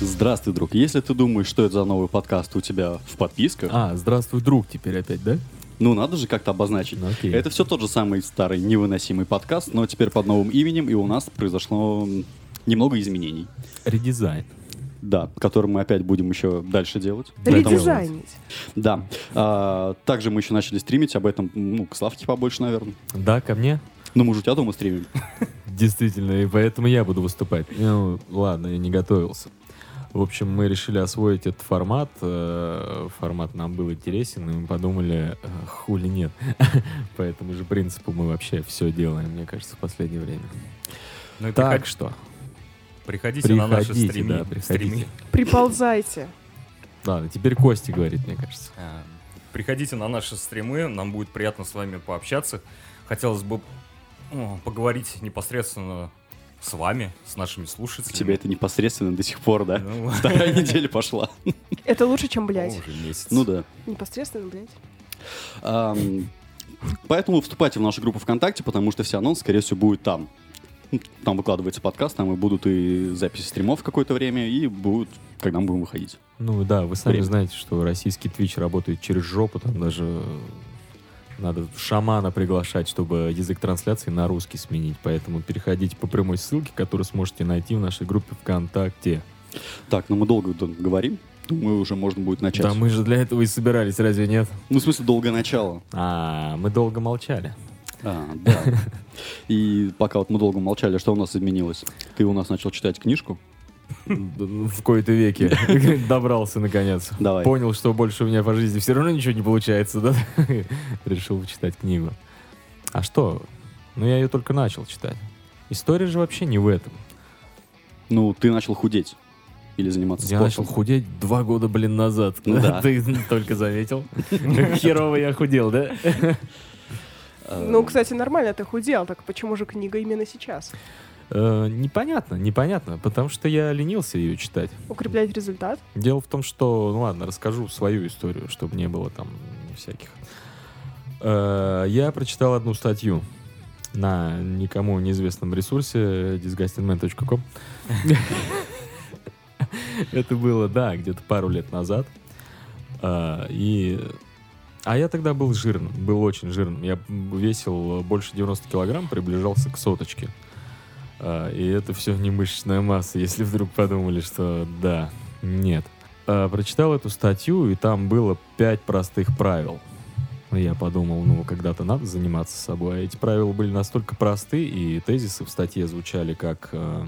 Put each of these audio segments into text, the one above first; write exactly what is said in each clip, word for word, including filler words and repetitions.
Здравствуй, друг. Если ты думаешь, что это за новый подкаст у тебя в подписках... А, здравствуй, друг, теперь опять, да? Ну, надо же как-то обозначить. Ну, окей. Это все тот же самый старый невыносимый подкаст, но теперь под новым именем, и у нас произошло немного изменений. Редизайн. Да, который мы опять будем еще дальше делать. Редизайнить. Да. А, также мы еще начали стримить, об этом, ну, к Славке побольше, наверное. Да, ко мне? Ну, мы же у тебя дома стримим. Действительно, и поэтому я буду выступать. Ну, ладно, я не готовился. В общем, мы решили освоить этот формат. Формат нам был интересен, и мы подумали, хули нет. По этому же принципу мы вообще все делаем, мне кажется, в последнее время. Ну и Так приход... что, приходите, приходите на наши стримы. да, приходите. стримы. Приползайте. Ладно, теперь Костя говорит, мне кажется. А, Приходите на наши стримы, нам будет приятно с вами пообщаться. Хотелось бы о, поговорить непосредственно с вами, с нашими слушателями. Тебе это непосредственно до сих пор, да? Ну, Вторая неделя пошла. Это лучше, чем блядь. уже месяц. Ну да. Непосредственно, блядь. Ам, Поэтому вступайте в нашу группу ВКонтакте, потому что все анонсы, скорее всего, будут там. Там выкладывается подкаст, там и будут и записи стримов в какое-то время, и будут, когда мы будем выходить. Ну да, вы сами Время. знаете, что российский Twitch работает через жопу, там даже надо шамана приглашать, чтобы язык трансляции на русский сменить. Поэтому переходите по прямой ссылке, которую сможете найти в нашей группе ВКонтакте. Так, ну мы долго тут говорим. Думаю, уже можно будет начать. Да мы же для этого и собирались, разве нет? Ну, в смысле, долгое начало. А, мы долго молчали. А, да. И пока вот мы долго молчали, что у нас изменилось? Ты у нас начал читать книжку. В кои-то веке добрался наконец. Давай. Понял, что больше у меня по жизни все равно ничего не получается, да? Решил читать книгу. А что? Ну, я ее только начал читать. История же вообще не в этом. Ну, ты начал худеть. Или заниматься Я спортом. начал худеть два года, блин, назад. Ну да. Ты только заметил? Херово я худел, да? Ну, кстати, нормально ты худел, так почему же книга именно сейчас? Э, Непонятно, непонятно, потому что я ленился ее читать. Укреплять результат? Дело в том, что, ну ладно, расскажу свою историю, чтобы не было там всяких. Э, Я прочитал одну статью на никому неизвестном ресурсе disgusting man точка com. Это было, да, где-то пару лет назад. А, и... а я тогда был жирным, был очень жирным. Я весил больше девяносто килограмм, приближался к соточке. А, и это все не мышечная масса, если вдруг подумали, что да, нет. А, прочитал эту статью, и там было пять простых правил. Я подумал, ну, когда-то надо заниматься собой. А эти правила были настолько просты, и тезисы в статье звучали как... э,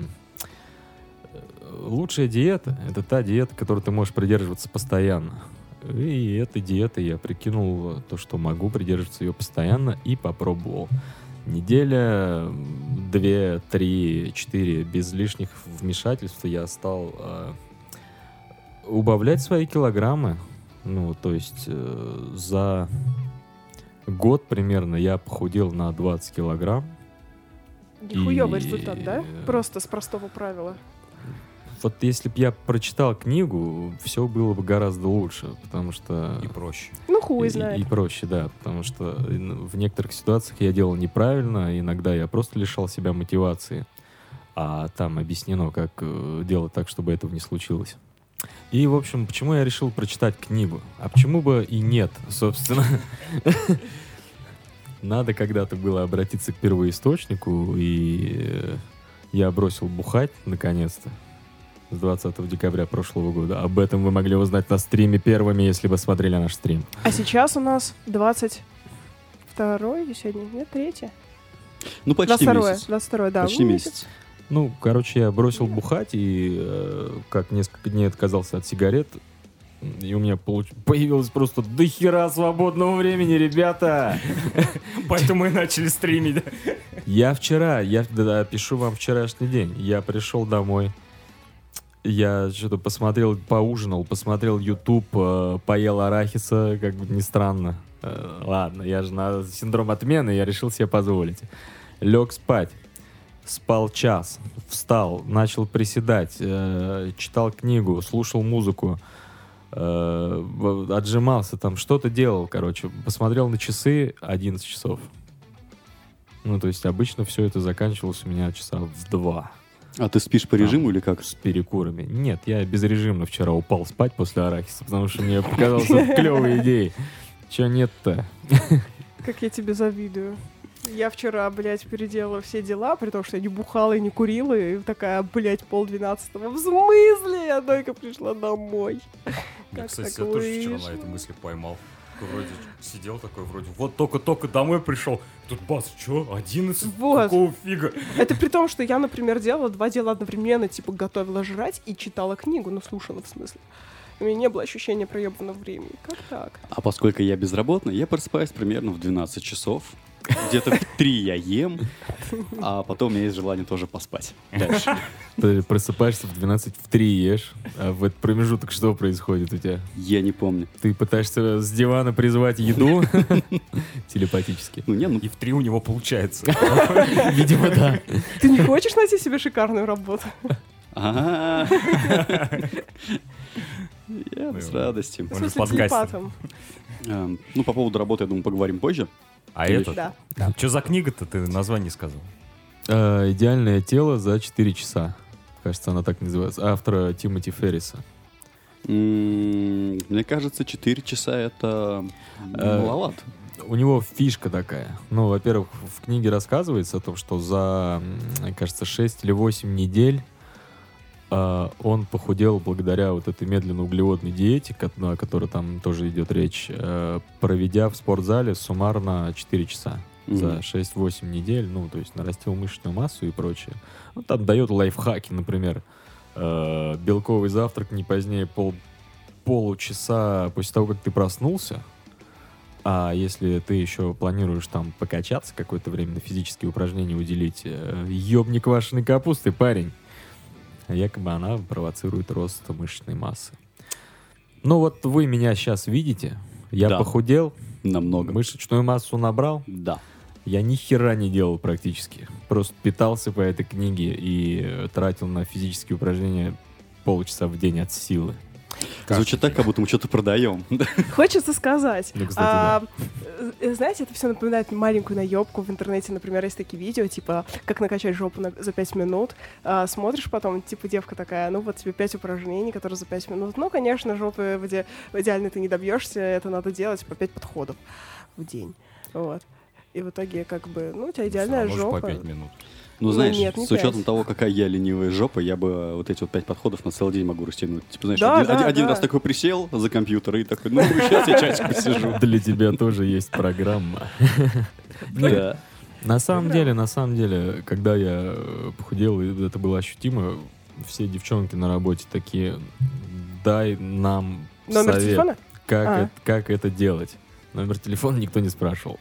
лучшая диета — это та диета, которой ты можешь придерживаться постоянно. И этой диетой я прикинул то, что могу придерживаться ее постоянно, и попробовал. Неделя, две, три, четыре, без лишних вмешательств я стал э, убавлять свои килограммы. Ну, то есть э, за год примерно я похудел на двадцать килограмм. Нихуёвый И- результат, да? Просто с простого правила. Вот если бы я прочитал книгу, все было бы гораздо лучше, потому что... И проще. Ну, хуй и, знает. и проще, да, потому что в некоторых ситуациях я делал неправильно, иногда я просто лишал себя мотивации, а там объяснено, как э, делать так, чтобы этого не случилось. И, в общем, почему я решил прочитать книгу? А почему бы и нет, собственно? Надо когда-то было обратиться к первоисточнику, и э, я бросил бухать, наконец-то, с двадцатого декабря прошлого года. Об этом вы могли узнать на стриме первыми, если бы смотрели наш стрим. А сейчас у нас двадцать второе сегодня? Нет, третье? Ну, почти двадцать второе, месяц. двадцать второе, да. Почти ну, месяц. Ну, короче, я бросил бухать и э, как несколько дней отказался от сигарет, и у меня получ... появилось просто дохера свободного времени, ребята! Поэтому и начали стримить. Я вчера, я да, пишу вам вчерашний день, я пришел домой, я что-то посмотрел, поужинал, посмотрел YouTube, э, поел арахиса, как бы ни странно. Э, ладно, я же на синдром отмены, я решил себе позволить. Лег спать, спал час, встал, начал приседать, э, читал книгу, слушал музыку, э, отжимался, там что-то делал, короче. Посмотрел на часы, одиннадцать часов. Ну, то есть обычно все это заканчивалось у меня часа в два. А ты спишь по режиму или как? С перекурами. Нет, я безрежимно вчера упал спать после арахиса, потому что мне показалось это клевой идеей. Че нет-то? Как я тебе завидую. Я вчера, блядь, переделала все дела, при том, что я не бухала и не курила, и такая, блядь, полдвенадцатого. В смысле? Я только пришла домой. Я, Как кстати, так я тоже вчера вышло? на этой мысли поймал. Такой Вроде сидел такой, вроде, вот только-только домой пришел. Тут бац, что, одиннадцать? Вот. Какого фига? Это при том, что я, например, делала два дела одновременно, типа готовила жрать и читала книгу, ну, слушала в смысле. У меня не было ощущения проебанного времени. Как так? А поскольку я безработный, я просыпаюсь примерно в двенадцать часов. Где-то в три я ем, а потом у меня есть желание тоже поспать. Дальше. Ты просыпаешься в двенадцать, в три ешь, а в этот промежуток что происходит у тебя? Я не помню. Ты пытаешься с дивана призвать еду телепатически? Ну, не, ну, И в три у него получается. Видимо, да. Ты не хочешь найти себе шикарную работу? ага. Я бы с радостью. В Он же смысле, подкастер. телепатом. Эм, Ну, по поводу работы, я думаю, поговорим позже. А Или- это? Да. Что за книга-то, ты название сказал? А, «Идеальное тело за четыре часа». Кажется, она так называется. Автора Тимоти Ферриса. М, Мне кажется, четыре часа это Э, маловато. У него фишка такая. Ну, во-первых, в книге рассказывается о том, что за, м, кажется, шесть или восемь недель а, он похудел благодаря вот этой медленно-углеводной диете, ко- ну, о которой там тоже идет речь, э, проведя в спортзале суммарно четыре часа. За Мгм. шесть-восемь недель, ну, то есть нарастил мышечную массу и прочее. Ну, там дает лайфхаки, например, э, белковый завтрак не позднее пол, получаса после того, как ты проснулся. А если ты еще планируешь там покачаться какое-то время, на физические упражнения уделить, э, ёбни квашеной капусты, парень. Якобы она провоцирует рост мышечной массы. Ну вот вы меня сейчас видите, я Да. похудел, Намного. мышечную массу набрал, Да. я ни хера не делал практически. Просто питался по этой книге и э, тратил на физические упражнения полчаса в день от силы. Звучит так, как будто мы что-то продаем. Хочется сказать. Ну, кстати, а, э, знаете, это все напоминает маленькую наебку. В интернете, например, есть такие видео, типа, как накачать жопу на- за пять минут. А, смотришь потом, типа, девка такая, ну вот тебе пять упражнений, которые за пять минут. Ну, конечно, жопы в, иде- в идеально ты не добьешься, это надо делать по пять подходов в день. Вот. И в итоге, как бы, ну, у тебя идеальная Всё равно же жопа. по пять минут. Ну, Ну, знаешь, нет, не с учетом пять. того, какая я ленивая жопа, я бы э, вот эти вот пять подходов на целый день могу растянуть. Типа, знаешь, Да, один, да, один- один да. раз такой присел за компьютер и такой, ну, сейчас я часик посижу. Для тебя тоже есть программа. Да. На самом деле, на самом деле, когда я э, похудел, и это было ощутимо, все девчонки на работе такие, дай нам Номер совет, телефона? как, А. это, как это делать. Номер телефона никто не спрашивал.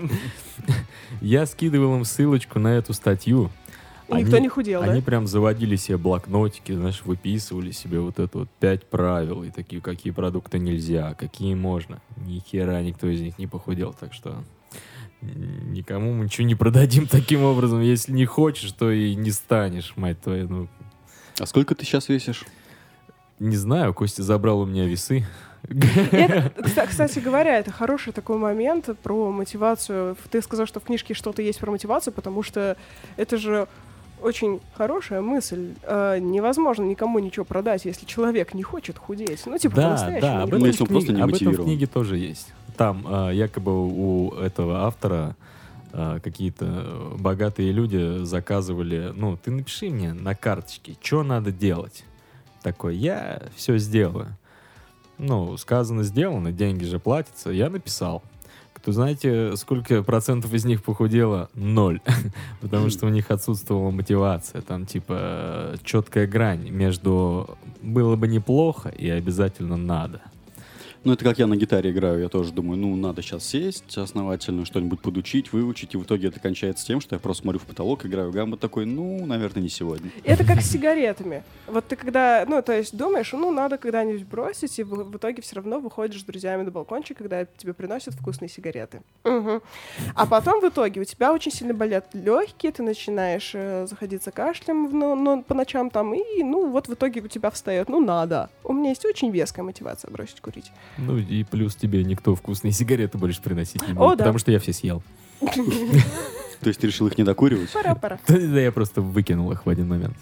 Я скидывал им ссылочку на эту статью. И никто не худел, да? Они прям заводили себе блокнотики, знаешь, выписывали себе вот это вот пять правил и такие, какие продукты нельзя, какие можно. Ни хера никто из них не похудел, так что м, никому мы ничего не продадим таким образом. Если не хочешь, то и не станешь, мать твою. Ну, А сколько ты сейчас весишь? не знаю, Костя забрал у меня весы. Это, кста- кстати говоря, это хороший такой момент про мотивацию. Ты сказал, что в книжке что-то есть про мотивацию, потому что это же очень хорошая мысль. Э, невозможно никому ничего продать, если человек не хочет худеть. Ну, типа, Да, по-настоящему. да, об Ну, этом, если он в просто книге, не об этом в мотивирован. книге тоже есть. Там а, якобы у этого автора а, какие-то э, богатые люди заказывали, ну, ты напиши мне на карточке, что надо делать. Такой, я все сделаю. Ну, сказано, сделано, деньги же платятся. Я написал. Кто знаете, сколько процентов из них похудело? Ноль. Потому что у них отсутствовала мотивация. Там, типа, четкая грань между было бы неплохо и обязательно надо. Ну, это как я на гитаре играю, я тоже думаю, ну, надо сейчас сесть основательно, что-нибудь подучить, выучить, и в итоге это кончается тем, что я просто смотрю в потолок, играю гамбу такой, ну, наверное, не сегодня. Это как с сигаретами. Вот ты когда, ну, то есть думаешь, ну, надо когда-нибудь бросить, и в, в итоге все равно выходишь с друзьями на балкончик, когда тебе приносят вкусные сигареты. Мгм. А потом в итоге у тебя очень сильно болят легкие, ты начинаешь э, заходиться кашлем в- ну, ну, по ночам там, и, ну, вот в итоге у тебя встает, ну, надо. У меня есть очень веская мотивация бросить курить. Ну и плюс тебе никто вкусные сигареты больше приносить не будет, О, да. потому что я все съел. То есть ты решил их не докуривать? Пора-пора. Да я просто выкинул их в один момент.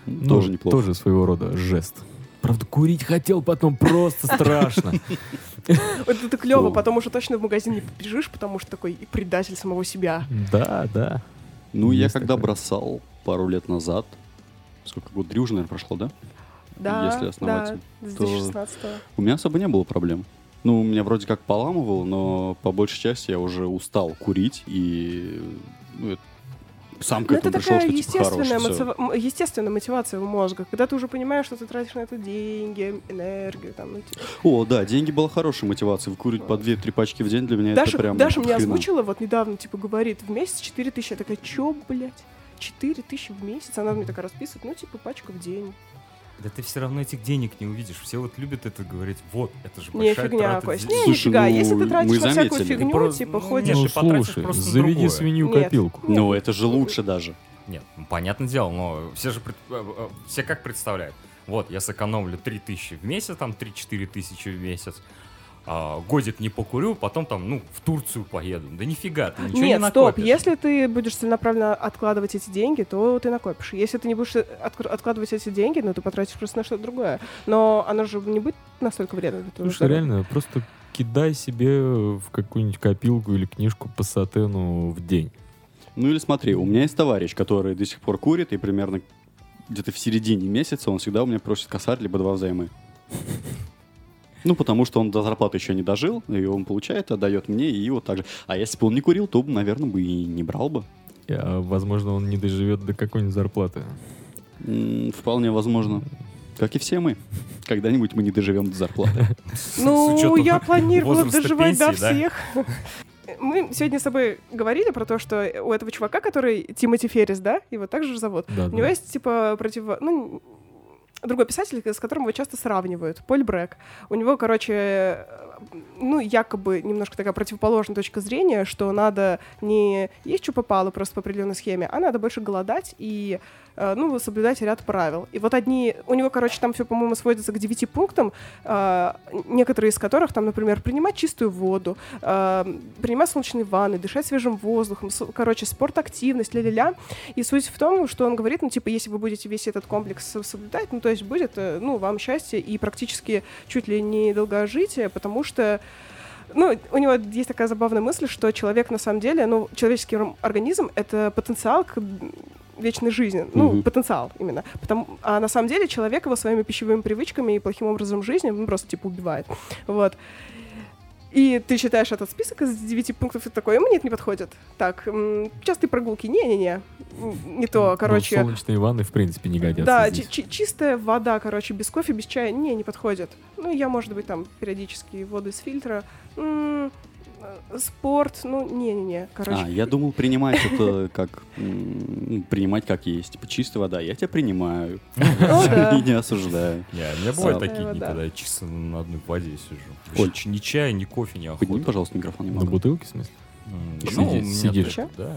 Ну, Тоже неплохо. Тоже своего рода жест. Правда, курить хотел потом просто страшно. Вот это клево, О. потому что точно в магазин не побежишь, потому что такой предатель самого себя. Да, да. Ну, я Есть когда такое. бросал пару лет назад, сколько год, три уже, наверное, прошло, да? Да, Если основательно, да, с то- две тысячи шестнадцатого. У меня особо не было проблем. Ну, у меня вроде как поламывало, но по большей части я уже устал курить, и ну, это- сам к Ну, этому это пришел, такая что типа естественная, хорош, всё. мотива- м, естественная мотивация у мозга, когда ты уже понимаешь, что ты тратишь на это деньги, энергию, там, ну, типа. О, да, деньги была хорошей мотивацией. Выкурить по две-три пачки в день для меня Даша, это прям Даша мне хрена. озвучила вот недавно, типа, говорит, в месяц четыре тысячи. Я такая, чё, блядь? четыре тысячи в месяц? Она мне такая расписывает, ну, типа, пачка в день. Да ты все равно этих денег не увидишь. Все вот любят это говорить. Вот, это же Не, большая фигня, трата Кость, денег. не, Слушай, нифига. ну, Если ты тратишь мы на всякую заметили. фигню, Просто- типа, ну, ходишь... нет, Ну, ты потратишь слушай, просто на заведи другое. свинью Нет. копилку. Ну, это же лучше даже. Нет, ну, понятное дело, но все же пред- э, э, все как представляют. Вот, я сэкономлю три тысячи в месяц, там три-четыре тысячи в месяц. а, годик не покурю, потом там, ну, в Турцию поеду. Да нифига, ты ничего не Нет, накопишь. стоп, если ты будешь целенаправленно откладывать эти деньги, то ты накопишь. Если ты не будешь отк- откладывать эти деньги, ну, ты потратишь просто на что-то другое. Но оно же не будет настолько вредно для твоего Слушай, здоровья. реально, просто кидай себе в какую-нибудь копилку или книжку по сатену в день. Ну или смотри, у меня есть товарищ, который до сих пор курит, и примерно где-то в середине месяца он всегда у меня просит косарь либо два взаймы. Ну, потому что он до зарплаты еще не дожил, и он получает, отдает мне, и вот так же. А если бы он не курил, то, наверное, бы и не брал бы. А, возможно, он не доживет до какой-нибудь зарплаты. М, Вполне возможно. Как и все мы. Когда-нибудь мы не доживем до зарплаты. Ну, С учетом я планировала возраста доживать до пенсии, да? всех. Мы сегодня с тобой говорили про то, что у этого чувака, который Тимоти Феррис, да, его также зовут, Да, у него есть, типа, против... Ну, другой писатель, с которым его часто сравнивают, Поль Брэк. У него, короче, ну, якобы немножко такая противоположная точка зрения, что надо не есть что попало просто по определенной схеме, а надо больше голодать и, э, ну, соблюдать ряд правил. И вот одни... У него, короче, там все, по-моему, сводится к девяти пунктам, э, некоторые из которых, там, например, принимать чистую воду, э, принимать солнечные ванны, дышать свежим воздухом, с- короче, спорт-активность, ля-ля-ля. И суть в том, что он говорит, ну, типа, если вы будете весь этот комплекс со- соблюдать, ну, то есть будет, э, ну, вам счастье и практически чуть ли не долгожитие, потому что ну, у него есть такая забавная мысль, что человек на самом деле, ну, человеческий ор- организм — это потенциал к вечной жизни. Ну, Мгм. потенциал именно. Потому, а на самом деле человек его своими пищевыми привычками и плохим образом жизни ну, просто, типа, убивает. Вот. И ты читаешь этот список из девяти пунктов и такой, мне это не подходит. Так, м, частые прогулки, не-не-не, м, не то, короче... Ну, солнечные ванны, в принципе, не годятся Да, здесь. чи- чи- чистая вода, короче, без кофе, без чая, не, не подходит. Ну, я, может быть, там, периодически воду из фильтра. М, э, Спорт, ну, не-не-не, короче. А, я думал принимать это как... м, принимать как есть. Типа чистая вода. Я тебя принимаю. О, да. И не осуждаю. Не, у меня бывают А. такие дни, Да. когда я чисто на одной воде сижу. Оль. Вообще ни чая, ни кофе, ни Подними, охоты. пожалуйста, микрофон На немного. бутылке, в смысле? М, Сиди- ну, у меня сидишь. так, Да.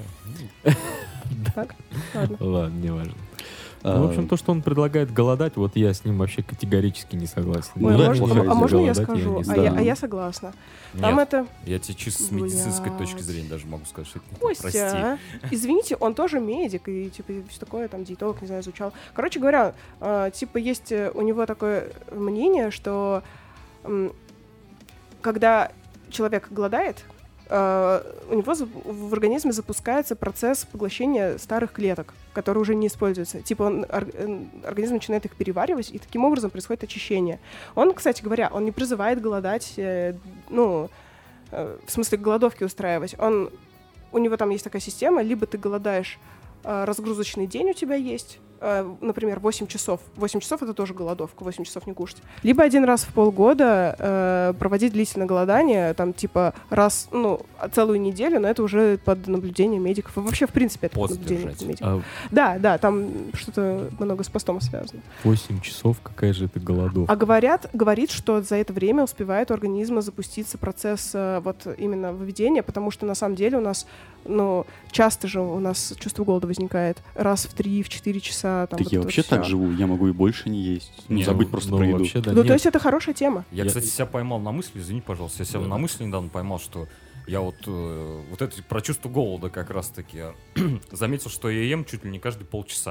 Так, ладно. Ладно, не важно. А, Ну, в общем, то, что он предлагает голодать, вот я с ним вообще категорически не согласен. Ну Ой, а да, можно, плохая а идея. можно я Голодать скажу? не а, стану. я, а я согласна. Там Нет, это... я тебе чисто с медицинской Блядь. точки зрения даже могу сказать, что это не так. Прости. Костя, извините, он тоже медик и, типа, все такое, там, диетолог, не знаю, изучал. Короче говоря, э, типа, есть э, у него такое мнение, что м, когда человек голодает, э, у него за- в организме запускается процесс поглощения старых клеток, которые уже не используются. Типа, он, ор- э, организм начинает их переваривать, и таким образом происходит очищение. Он, кстати говоря, он не призывает голодать, э, ну, э, в смысле голодовки устраивать. Он, у него там есть такая система, либо ты голодаешь, э, разгрузочный день у тебя есть, э, например, восемь часов. восемь часов — это тоже голодовка, восемь часов не кушать. Либо один раз в полгода э, проводить длительное голодание, там, типа, раз, ну, целую неделю, но это уже под наблюдением медиков. И вообще, в принципе, это под Пост наблюдением держать. медиков. А Да, да, там что-то много с постом связано. восемь часов, какая же это голодовка? А говорят, говорит, что за это время успевает у организма запуститься процесс э, вот именно выведения, потому что на самом деле у нас, ну, часто же у нас чувство голода возникает раз в три, в четыре часа. Там, Так вот я это вообще вот так всё. живу, я могу и больше не есть. Ну, Не, забыть Ну, просто ну, про еду. вообще, да, Ну, нет. то есть это хорошая тема. Я, Я- кстати, себя поймал на мысли, извини, пожалуйста, я себя Да. на мысли недавно поймал, что я вот, э, вот это про чувство голода как раз-таки заметил, что я ем чуть ли не каждые полчаса.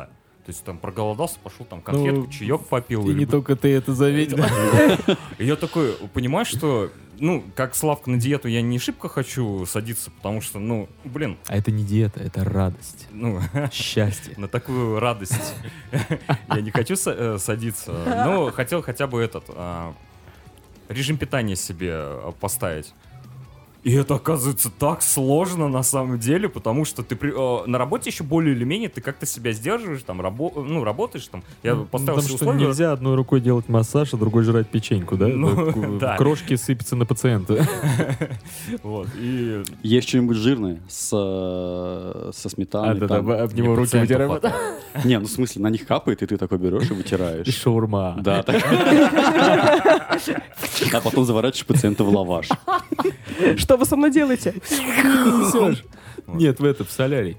То есть там проголодался, пошел там конфетку, Ну, чаек попил. И или не только ты это заметил. И я такой, понимаешь, что, ну, как Славка на диету я не шибко хочу садиться, потому что, ну, блин, А это не диета, это радость, ну, счастье. на такую радость я не хочу са- э, садиться. Но хотел хотя бы этот а, режим питания себе а, поставить. И это, оказывается, так сложно на самом деле, потому что ты при- э, на работе еще более или менее ты как-то себя сдерживаешь, там, рабо- ну, работаешь, там, я поставил Потому себе что условия. нельзя одной рукой делать массаж, а другой жрать печеньку, да? Ну, Это да. Крошки сыпятся на пациента. Вот, и Есть что-нибудь жирное с, э, со сметаной. А, да, там. да, об него мне руки пациенту вытираем. хватает. Не, ну в смысле, на них капает, и ты такой берешь и вытираешь. Шаурма. Да, так. А потом заворачиваешь пациента в лаваш. Что вы со мной делаете? Несешь. Нет, в это, в солярий.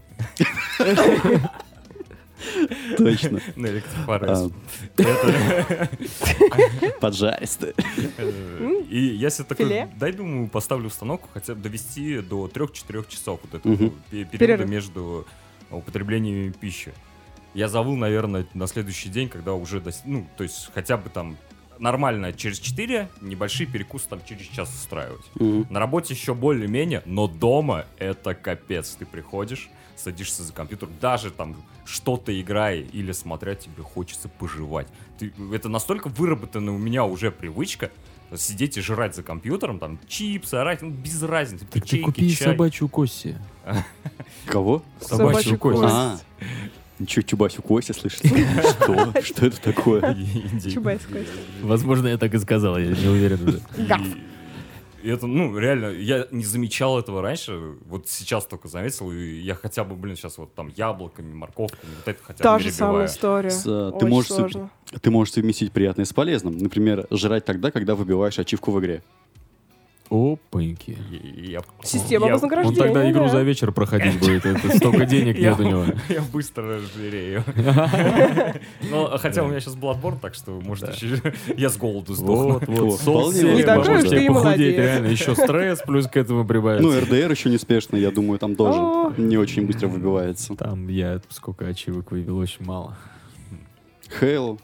Точно. На электрофорез. А, Это- Поджаристый. э, И я себе такой, Филе? дай, думаю, поставлю установку хотя бы довести до трех-четырех часов вот этого Мгм. пе- периода Перерыв. между употреблением пищи. Я завыл, наверное, на следующий день, когда уже, дос- ну, то есть хотя бы там нормально через четыре, небольшие перекусы там через час устраивать. Мгм. На работе еще более-менее, но дома это капец. Ты приходишь, садишься за компьютер, даже там что-то играя или смотря, тебе хочется пожевать. Ты, это настолько выработанная у меня уже привычка сидеть и жрать за компьютером, там чипсы, арахис, ну, без разницы, Так ты печеньки, купи чай. собачью кость. Кого? Собачью кость. А, ничего, Чубасю Костя, слышишь? Что? Что это такое? Индейку. Чубайская. Возможно, я так и сказал, я не уверен уже. И, и это, ну, реально, я не замечал этого раньше, вот сейчас только заметил, и я хотя бы, блин, сейчас вот там яблоками, морковками, вот это хотя Та бы же самая перебиваю. история. С, э, ты Очень можешь сов- сложно. Ты можешь совместить приятное с полезным. Например, жрать тогда, когда выбиваешь ачивку в игре. Опаньки. И я- Система я- Он вознаграждения. тогда игру да. за вечер проходить будет. Это столько денег Я, нет у него. я быстро разжирею. Ну, хотя у меня сейчас Bloodborne, так что, может, еще я с голоду сдохну. Вот, О, вот. вполне Солнце возможно. Не такой поможет уж тебе ты и похудеть. молодец. Реально, еще стресс плюс к этому прибавится. Ну, эр дэ эр еще неспешно, я думаю, там О. тоже не очень быстро выбивается. Там я сколько ачивок вывел, очень мало. Halo.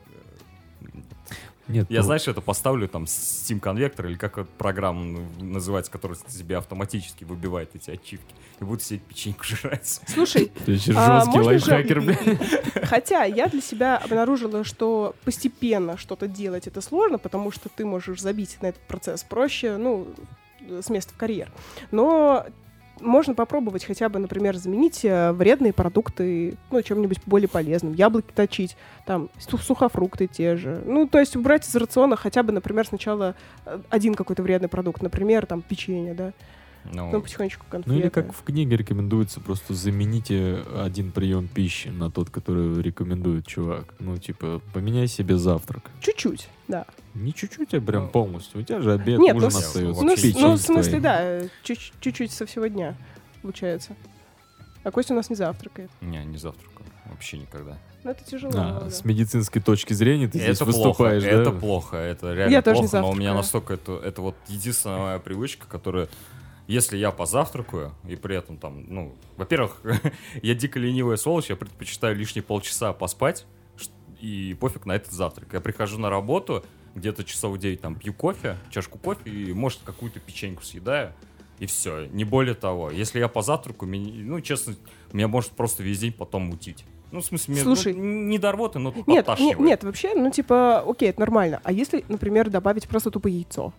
Нет, Я, ну, знаешь, это поставлю там Steam конвектор или как эта программа называется, которая тебе автоматически выбивает эти ачивки. И буду сидеть печеньку жрать. Слушай, ты еще а жесткий можно же- лайфхакер, бля. хотя я для себя обнаружила, что постепенно что-то делать это сложно, потому что ты можешь забить на этот процесс проще, ну, с места в карьер. Но можно попробовать хотя бы, например, заменить э, вредные продукты, ну, чем-нибудь более полезным. Яблоки точить, там, су- сухофрукты те же. Ну, то есть убрать из рациона хотя бы, например, сначала э, один какой-то вредный продукт, например, там, печенье, да, Ну, ну, потихонечку конфеты. Ну или как в книге рекомендуется, просто замените один прием пищи на тот, который рекомендует чувак. Ну, типа, поменяй себе завтрак. Чуть-чуть, да. Не чуть-чуть, а прям полностью. У тебя же обед, Нет, ужин ну, с- остается. Ну, вообще с- не ну, в Печенье смысле, твои. да, чуть- чуть-чуть со всего дня получается. А Костя у нас не завтракает. не, не завтракаю. Вообще никогда. Ну, это тяжело. А, да. с медицинской точки зрения ты здесь Это плохо, выступаешь, да? это плохо, это реально Я тоже не плохо, но у меня завтракаю. настолько это, это вот единственная моя привычка, которая, если я позавтракаю, и при этом там, ну, во-первых, я дико ленивая сволочь, я предпочитаю лишние полчаса поспать, ш- и пофиг на этот завтрак. Я прихожу на работу, где-то часов в девять там пью кофе, чашку кофе, и, может, какую-то печеньку съедаю, и все, не более того. Если я позавтракаю, меня, ну, честно, меня может просто весь день потом мутить. Ну, в смысле, мне, Слушай, ну, не до рвоты, но Нет, не- подташнивает. нет, вообще, ну, типа, окей, это нормально. А если, например, добавить просто тупо яйцо?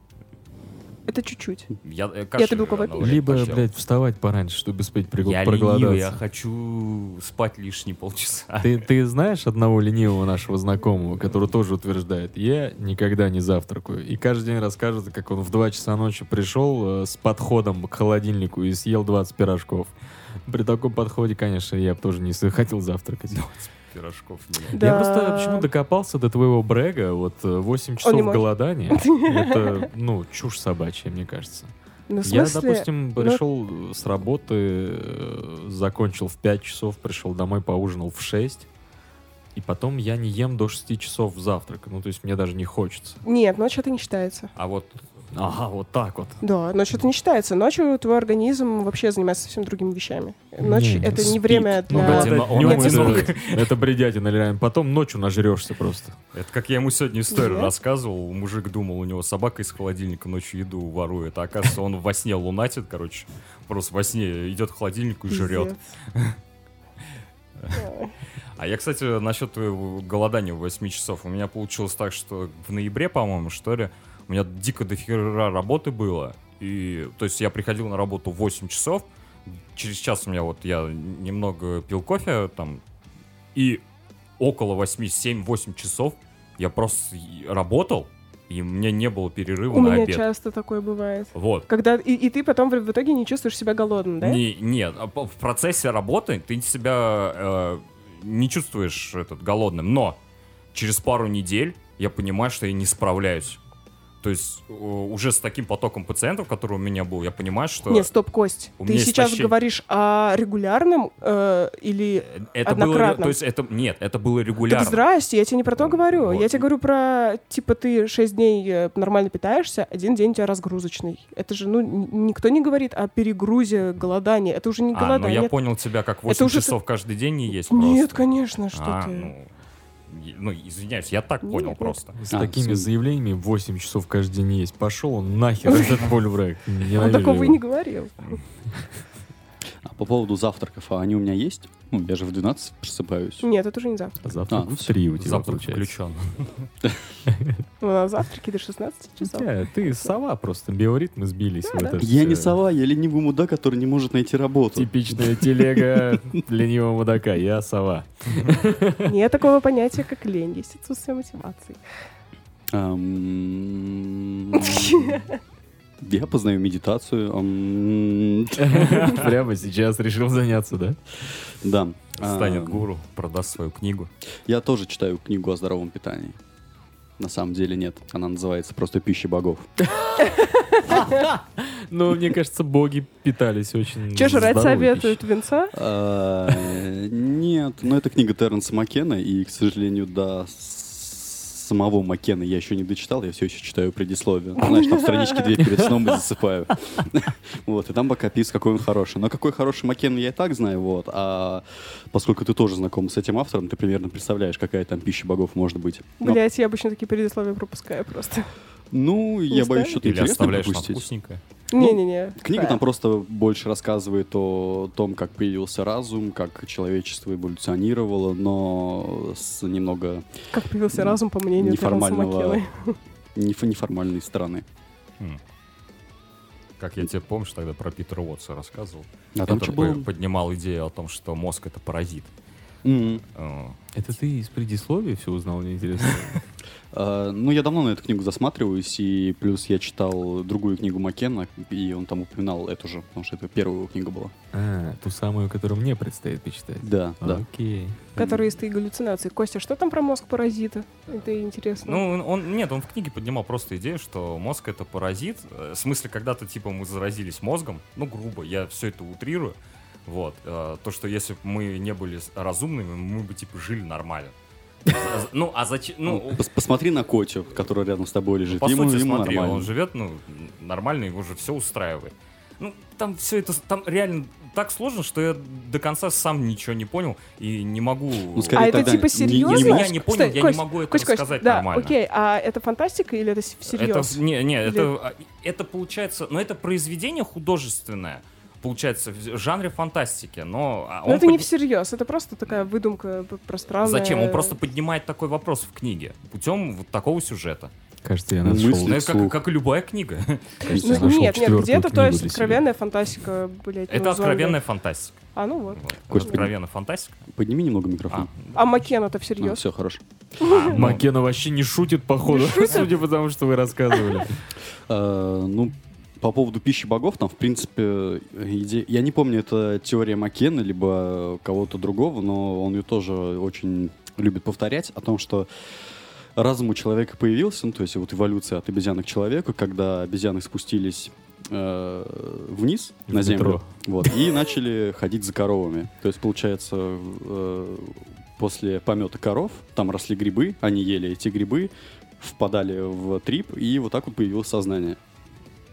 Это чуть-чуть. Я, э, это кашель белковая рано пища. уже Либо, пошел. блядь, вставать пораньше, чтобы успеть пригл- Я проголодаться. ленивый, я хочу спать лишние полчаса. Ты, ты знаешь одного ленивого нашего знакомого, который тоже утверждает, я никогда не завтракаю. И каждый день расскажет, как он в два часа ночи пришел э, с подходом к холодильнику и съел двадцать пирожков. При таком подходе, конечно, я бы тоже не с- хотел завтракать. Пирожков. Да. Я просто почему докопался до твоего брега, вот э, восемь Он часов не может. голодания, это, ну, чушь собачья, мне кажется. Ну, в Я, смысле, допустим, ну- пришел с работы, э, закончил в пять часов, пришел домой, поужинал в шесть, и потом я не ем до шести часов завтрака. Ну, то есть мне даже не хочется. Нет, ну, что-то не считается. А вот Ага, вот так вот. Да, ночью это не считается. Ночью твой организм вообще занимается совсем другими вещами. Ночь Не, — это не спит. время Ну, для... голодать Одино- днём он одинок. это, это бредятина, реально. Потом ночью нажрешься просто. Это как я ему сегодня историю Нет. рассказывал. Мужик думал, у него собака из холодильника ночью еду ворует. А оказывается, он во сне лунатит, короче. Просто во сне идет к холодильнику и жрет. А я, кстати, насчет твоего голодания в восемь часов. У меня получилось так, что в ноябре, по-моему, что ли, у меня дико дофига работы было. И, то есть я приходил на работу в восемь часов. Через час у меня вот я немного пил кофе там. И около восемь, семь, восемь часов я просто и- работал. И у меня не было перерыва У на меня обед. часто такое бывает. Вот. Когда и, и ты потом в, в итоге не чувствуешь себя голодным, да? Не, нет, а по- в процессе работы ты себя э, не чувствуешь этот, голодным, но через пару недель я понимаю, что я не справляюсь. То есть э, уже с таким потоком пациентов, который у меня был, я понимаю, что Нет, стоп, Кость. у Ты меня сейчас истощение. говоришь о регулярном э, или... э, это было, ре- однократно. то есть это нет, это было Так регулярно. здрасте, я тебе не про то говорю. Вот. Я тебе говорю про, типа, ты шесть дней э, нормально питаешься, один день у тебя разгрузочный. Это же, ну, н- никто не говорит о перегрузе, голодании. Это уже не А, ну голодание. я понял тебя, как восемь уже часов каждый день не есть Нет, просто. конечно, что А, ты. ну, е- ну, извиняюсь, я так Нет, понял нет. просто. С А, такими с- заявлениями восемь часов каждый день есть. Пошел он нахер, этот полюбрак. Он такого и не говорил. А по поводу завтраков, а они у меня есть? Ну, я же в двенадцать просыпаюсь. Нет, это уже не завтрак. Завтрак А, ну в три у тебя Завтрак получается. включен. У нас завтраки до шестнадцати часов. Э, Ты сова просто, биоритмы сбились. Да, в это да. Я всё. не сова, я ленивый мудак, который не может найти работу. Типичная телега ленивого мудака. Я сова. Нет такого понятия, как лень. Есть отсутствие мотивации. Ам, Я познаю медитацию. ам, Прямо сейчас решил заняться, да? Да. Станет Ам, гуру, продаст свою книгу. Я тоже читаю книгу о здоровом питании. На самом деле нет. Она называется просто «Пища богов». Но мне кажется, боги питались очень Че жрать здоровой советуют? пищей. Винца? А, Нет, но это книга Терренса Маккена, и, к сожалению, до самого Маккена я еще не дочитал, я все еще читаю предисловие. Знаешь, там странички две перед сном и засыпаю. Вот, и там пока описывается, какой он хороший. Но какой хороший Маккен я и так знаю, вот. А поскольку ты тоже знаком с этим автором, ты примерно представляешь, какая там пища богов может быть. Но- Блять, я обычно такие предисловия пропускаю просто. Ну, я Не боюсь, ставишь? что-то Или интересное оставляешь на пропустить. вкусненькое. Не-не-не. Книга Да. там просто больше рассказывает о том, как появился разум, как человечество эволюционировало, но с немного Как появился разум, по мнению Терренса неформального, Маккена. неф- неформальной стороны. М. Как я тебе, помнишь, тогда про Питера Уотса рассказывал? А там Который что было? по- поднимал идею о том, что мозг — это паразит. М. Э, Это ты из предисловия все узнал, мне интересно. А, Ну, я давно на эту книгу засматриваюсь, и плюс я читал другую книгу Маккена, и он там упоминал эту же, потому что это первая его книга была. А, ту самую, которую мне предстоит почитать. Да, да. Окей. Который из твоих галлюцинаций. Костя, что там про мозг паразита? Это интересно. Ну, он- он, нет, он в книге поднимал просто идею, что мозг — это паразит. Э, В смысле, когда-то, типа, мы заразились мозгом, ну, грубо, я все это утрирую. Вот. Э, То, что если бы мы не были с- разумными, мы бы, типа, жили нормально. За- за- Ну, а зачем? Ну, Ну, пос- посмотри на Котю, которая рядом с тобой лежит. по ему, сути, ему смотри, нормально. он живет, ну, нормально, его же все устраивает. Ну, там все это, там реально так сложно, что я до конца сам ничего не понял и не могу... Ну, скорее А это тогда типа не- серьезно? не- Если я не понял, Стой, я не Кость, могу это Кость, Кость, рассказать да, нормально. окей, а это фантастика или это с- всерьез? Это, не, не, Или- это, а, это получается, но это произведение художественное, получается, в жанре фантастики, но... а Но он это не подни- всерьез, это просто такая выдумка п- пространная. Зачем? Он просто поднимает такой вопрос в книге путем вот такого сюжета. Кажется, я Мысли. нашел. Ну, это как, вслух. как и любая книга. Кажется, Ну, я нашел нет, нет, четвертую где-то то книгу есть для себя. откровенная фантастика, блядь. Это ну, зомби. откровенная фантастика. А, ну вот. Вот. Кость, Откровенная фантастика. Подними немного микрофон. А Маккен-то всерьез? все, хорошо. А, ну, Маккена вообще не шутит, походу, судя по тому, что вы рассказывали. А, Ну, по поводу пищи богов, там, в принципе, иде- я не помню, это теория Маккена, либо кого-то другого, но он ее тоже очень любит повторять, о том, что разум у человека появился, ну, то есть вот эволюция от обезьяны к человеку, когда обезьяны спустились э, вниз В на землю, метро. вот, и начали ходить за коровами. То есть, получается, э, после помета коров там росли грибы, они ели эти грибы, впадали в трип, и вот так вот появилось сознание.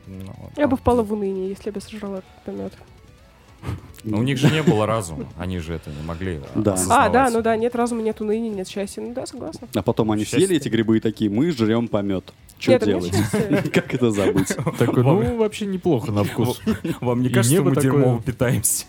Ну, Я бы впала в уныние, если бы я сожрала помет. Но у них же не было разума, они же это не могли Да. А, да, ну да, нет разума, нет уныния, нет счастья. Ну да, согласна. А потом они Счастье. съели эти грибы и такие, мы жрем помет. Что Нет, у меня делать? счастье. Как это забыть? Такой, ну, вообще неплохо на вкус. Вам не И кажется, что небо мы такое- дерьмово питаемся?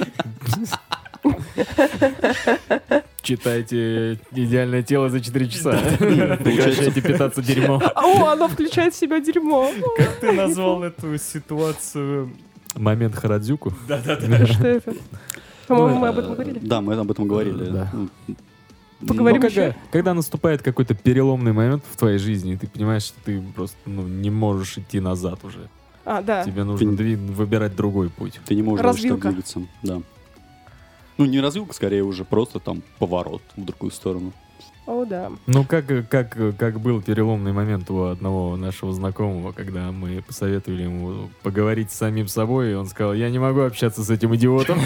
Читайте «Идеальное тело» за четыре часа. Прекращайте питаться дерьмом. О, оно включает в себя дерьмо. Как ты назвал эту ситуацию? Момент Харадзюку. Да-да-да. Что это? По-моему, мы об этом говорили. Да, мы об этом говорили. Да. Ну, Поговорим Ну, еще. когда, когда наступает какой-то переломный момент в твоей жизни, и ты понимаешь, что ты просто ну, не можешь идти назад уже. А, да. Тебе нужно Ты- дви- выбирать другой путь. Ты не можешь дальше так Развилка. двигаться. Да. Ну, не развилка, скорее уже просто там поворот в другую сторону. О, да. Ну, как, как, как был переломный момент у одного нашего знакомого, когда мы посоветовали ему поговорить с самим собой, и он сказал, я не могу общаться с этим идиотом.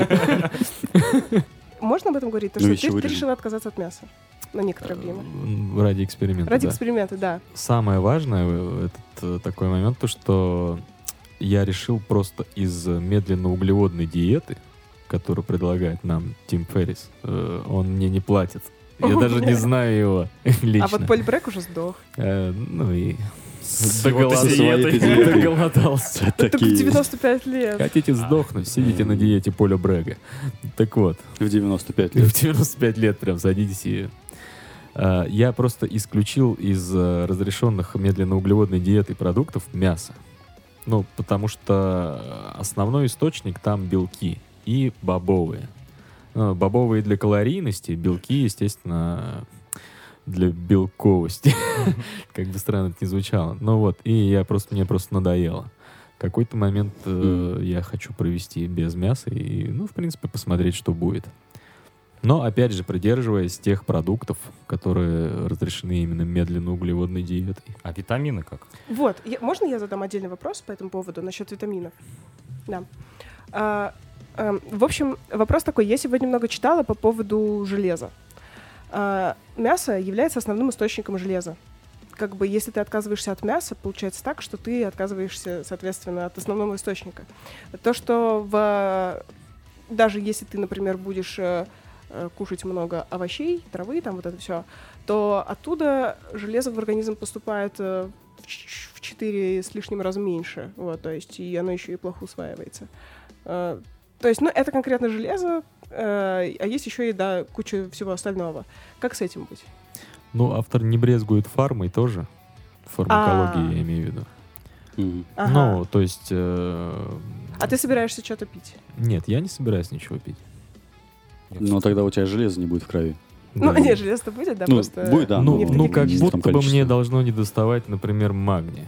Можно об этом говорить? То, Ну, что еще ты, ты вырежем. решила отказаться от мяса на некоторое время. Ради эксперимента, Ради да. эксперимента, да. Самое важное, э, этот э, такой момент, то, что я решил просто из медленно-углеводной диеты, которую предлагает нам Тим Феррис, э, он мне не платит. Я даже не знаю его лично. А вот Поль Брэк уже сдох. Э, ну и С доголодался. его-то своей диетой. Доголодался. Так в Такие девяносто пять лет. Хотите сдохнуть? Сидите на диете Поля Брэга. Так вот, в девяносто пять в лет. девяносто пять лет прям садитесь и... А, Я просто исключил из а, разрешенных медленноуглеводной диеты продуктов мясо. Ну, потому что основной источник там белки и бобовые. Ну, бобовые для калорийности, белки, естественно, для белковости. Как бы странно это ни звучало. Ну вот, и я просто, мне просто надоело. В какой-то момент э, я хочу провести без мяса и, ну, в принципе, посмотреть, что будет. Но, опять же, придерживаясь тех продуктов, которые разрешены именно медленно-углеводной диетой. А витамины как? Вот, я- можно я задам отдельный вопрос по этому поводу насчет витаминов? Да. А, эм, в общем, вопрос такой. Я сегодня много читала по поводу железа. А, мясо является основным источником железа. Как бы, если ты отказываешься от мяса, получается так, что ты отказываешься, соответственно, от основного источника. То, что в... даже если ты, например, будешь э, э, кушать много овощей, травы, там вот это все, то оттуда железо в организм поступает э, в ч- в четыре с лишним раза меньше. Вот, то есть, и оно еще и плохо усваивается. Э, то есть, ну, это конкретно железо, э, а есть еще и, да, куча всего остального. Как с этим быть? Ну, автор не брезгует фармой тоже. Фармакологией, А. я имею в виду. Мгм. Ага. Ну, то есть... э, А ты собираешься что-то пить? Нет, я не собираюсь ничего пить. Но тогда у тебя железа не будет в крови. Ну, Да. нет, железо-то будет, да, Ну, просто... будет, да, Ну, не в ну таких как количествах. будто бы количестве. мне должно не доставать, например, магния.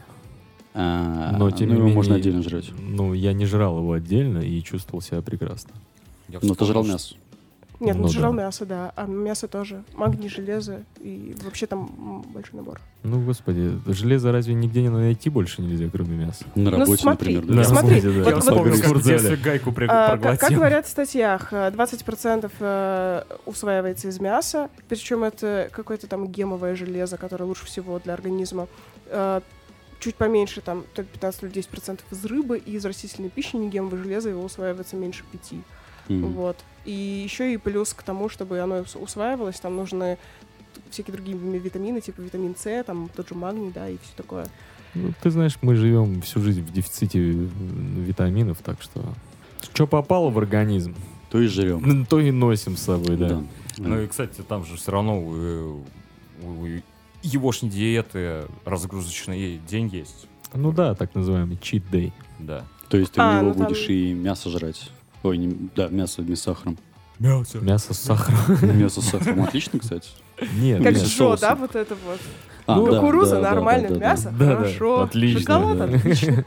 А, Но тем ну, не его менее, можно отдельно жрать. Ну, я не жрал его отдельно и чувствовал себя прекрасно. Я Но ты вспомнил, жрал что- мясо. Нет, ну, Ну ты жрал да. мясо, да, а мясо тоже. Магний, железо и вообще там м, большой набор. Ну, господи, железо разве нигде не найти больше нельзя, кроме мяса? На работе, смотри, например. Да, Да. смотри, да. вот- Я вот- вспомнил, в как в спортзале. детстве гайку при- А, как, как проглотил. говорят в статьях, э, двадцать процентов э, усваивается из мяса, причем это какое-то там гемовое железо, которое лучше всего для организма. Э, Чуть поменьше, там, то пятнадцать или десять процентов из рыбы, и из растительной пищи негемовое железо его усваивается меньше пяти. Мгм. Вот. И еще и плюс к тому, чтобы оно ус- усваивалось, там нужны всякие другие ви- витамины, типа витамин С, там тот же магний, да, и все такое. Ну, ты знаешь, мы живем всю жизнь в дефиците э, витаминов, так что... Что попало в организм, То и жрем. ну, то и носим с собой, да. Да. Ну и, кстати, там же все равно у, у егошней диеты разгрузочный день есть. Ну да, так называемый cheat day. Да. То есть ты А, у него ну там- будешь и мясо жрать. Ой, не, да, мясо не с сахаром. Мясо. Мясо с сахаром. Мясо с сахаром отлично, кстати. Нет, Как Или нет. с Джо, соусом. да, вот это вот. А, Ну, да, Кукуруза, да, да, нормально, да, да, мясо, Да, да, хорошо. отлично, Шоколад, да. отлично.